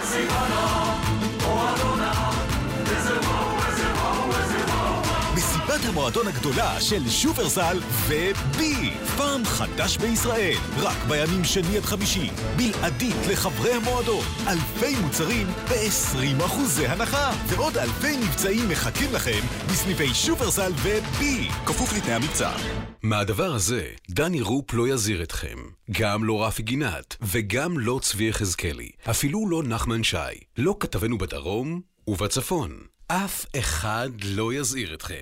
מסיבת המועדון הגדולה של שופרסל ובי, פעם חדש בישראל, רק בימים שני עד חמישי, בלעדית לחברי המועדון, אלפי מוצרים ב-עשרים אחוזי הנחה, ועוד אלפי מבצעים מחכים לכם בסניפי שופרסל ובי, כפוף לתנאי המבצע. מהדבר הזה, דני רופ לא יזיר אתכם, גם לא רפי גינת, וגם לא צבי חזקלי, אפילו לא נחמן שי, לא כתבנו בדרום ובצפון. אף אחד לא יזהיר אתכם.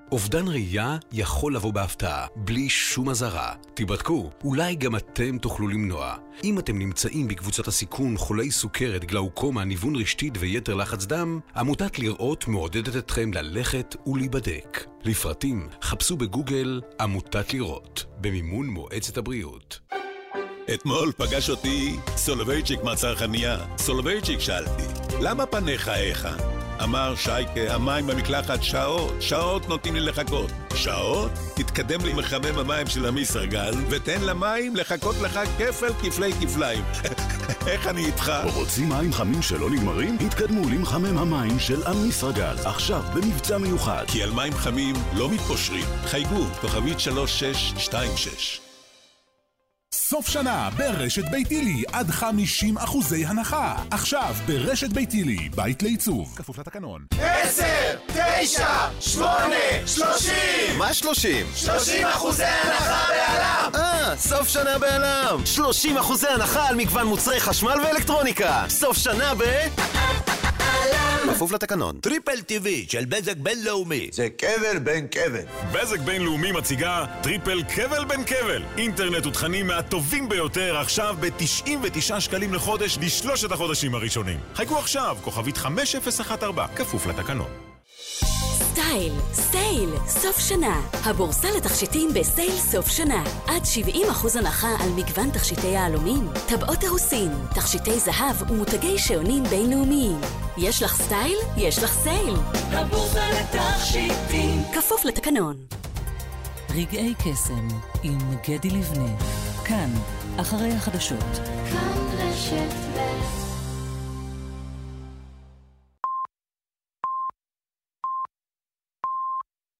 אובדן ראייה יכול לבוא בהפתעה, בלי שום הזרה. תיבדקו, אולי גם אתם תוכלו למנוע. אם אתם נמצאים בקבוצת הסיכון חולי סוכרת, גלאוקומה, ניוון רשתית ויתר לחץ דם, עמותת לראות מעודדת אתכם ללכת ולהיבדק. לפרטים, חפשו בגוגל עמותת לראות, במימון מועצת הבריאות. אתמול פגש אותי סולובייצ'יק מהצרכניה. סולובייצ'יק, שאלתי, למה פניך איכה? אמר שייקה, המים במקלחת שעות, שעות נותנים לי לחכות. שעות? תתקדם לי מחמם המים של המיסרגל, ותן למים לחכות לך כפל כפלי כפליים. איך אני איתך? רוצים מים חמים שלא נגמרים? התקדמו למחמם המים של המיסרגל. עכשיו במבצע מיוחד. כי על מים חמים לא מתפושרים. חייגו, כוכבית שלוש שש שתיים שש. סוף שנה ברשת ביתילי עד חמישים אחוזי הנחה. עכשיו ברשת ביתילי, בית לעיצוב. כפוף לתקנון. עשר, תשע, שמונה, שלושים. מה שלושים? שלושים אחוזי הנחה בעלם. אה, סוף שנה בעלם. שלושים אחוזי הנחה על מגוון מוצרי חשמל ואלקטרוניקה. סוף שנה ב... כפוף לתקנון. טריפל טיווי של בזק בינלאומי. זה קבל בין קבל. בזק בינלאומי מציגה טריפל קבל בין קבל. אינטרנט ותכנים מהטובים ביותר עכשיו ב-תשעים ותשעה שקלים לחודש לשלושת החודשים הראשונים. חייגו עכשיו, כוכבית חמש אפס אחת ארבע, כפוף לתקנון. סטייל, סטייל, סוף שנה. הבורסה לתכשיטים בסטייל סוף שנה. עד שבעים אחוז הנחה על מגוון תכשיטי העלומים, טבעות הרוסין, תכשיטי זהב ומותגי שעונים בינלאומיים. יש לך סטייל? יש לך סייל. הבורסה לתכשיטים. כפוף לתקנון. רגעי קסם עם גדי לבנה. כאן, אחרי החדשות. כאן רשת ב'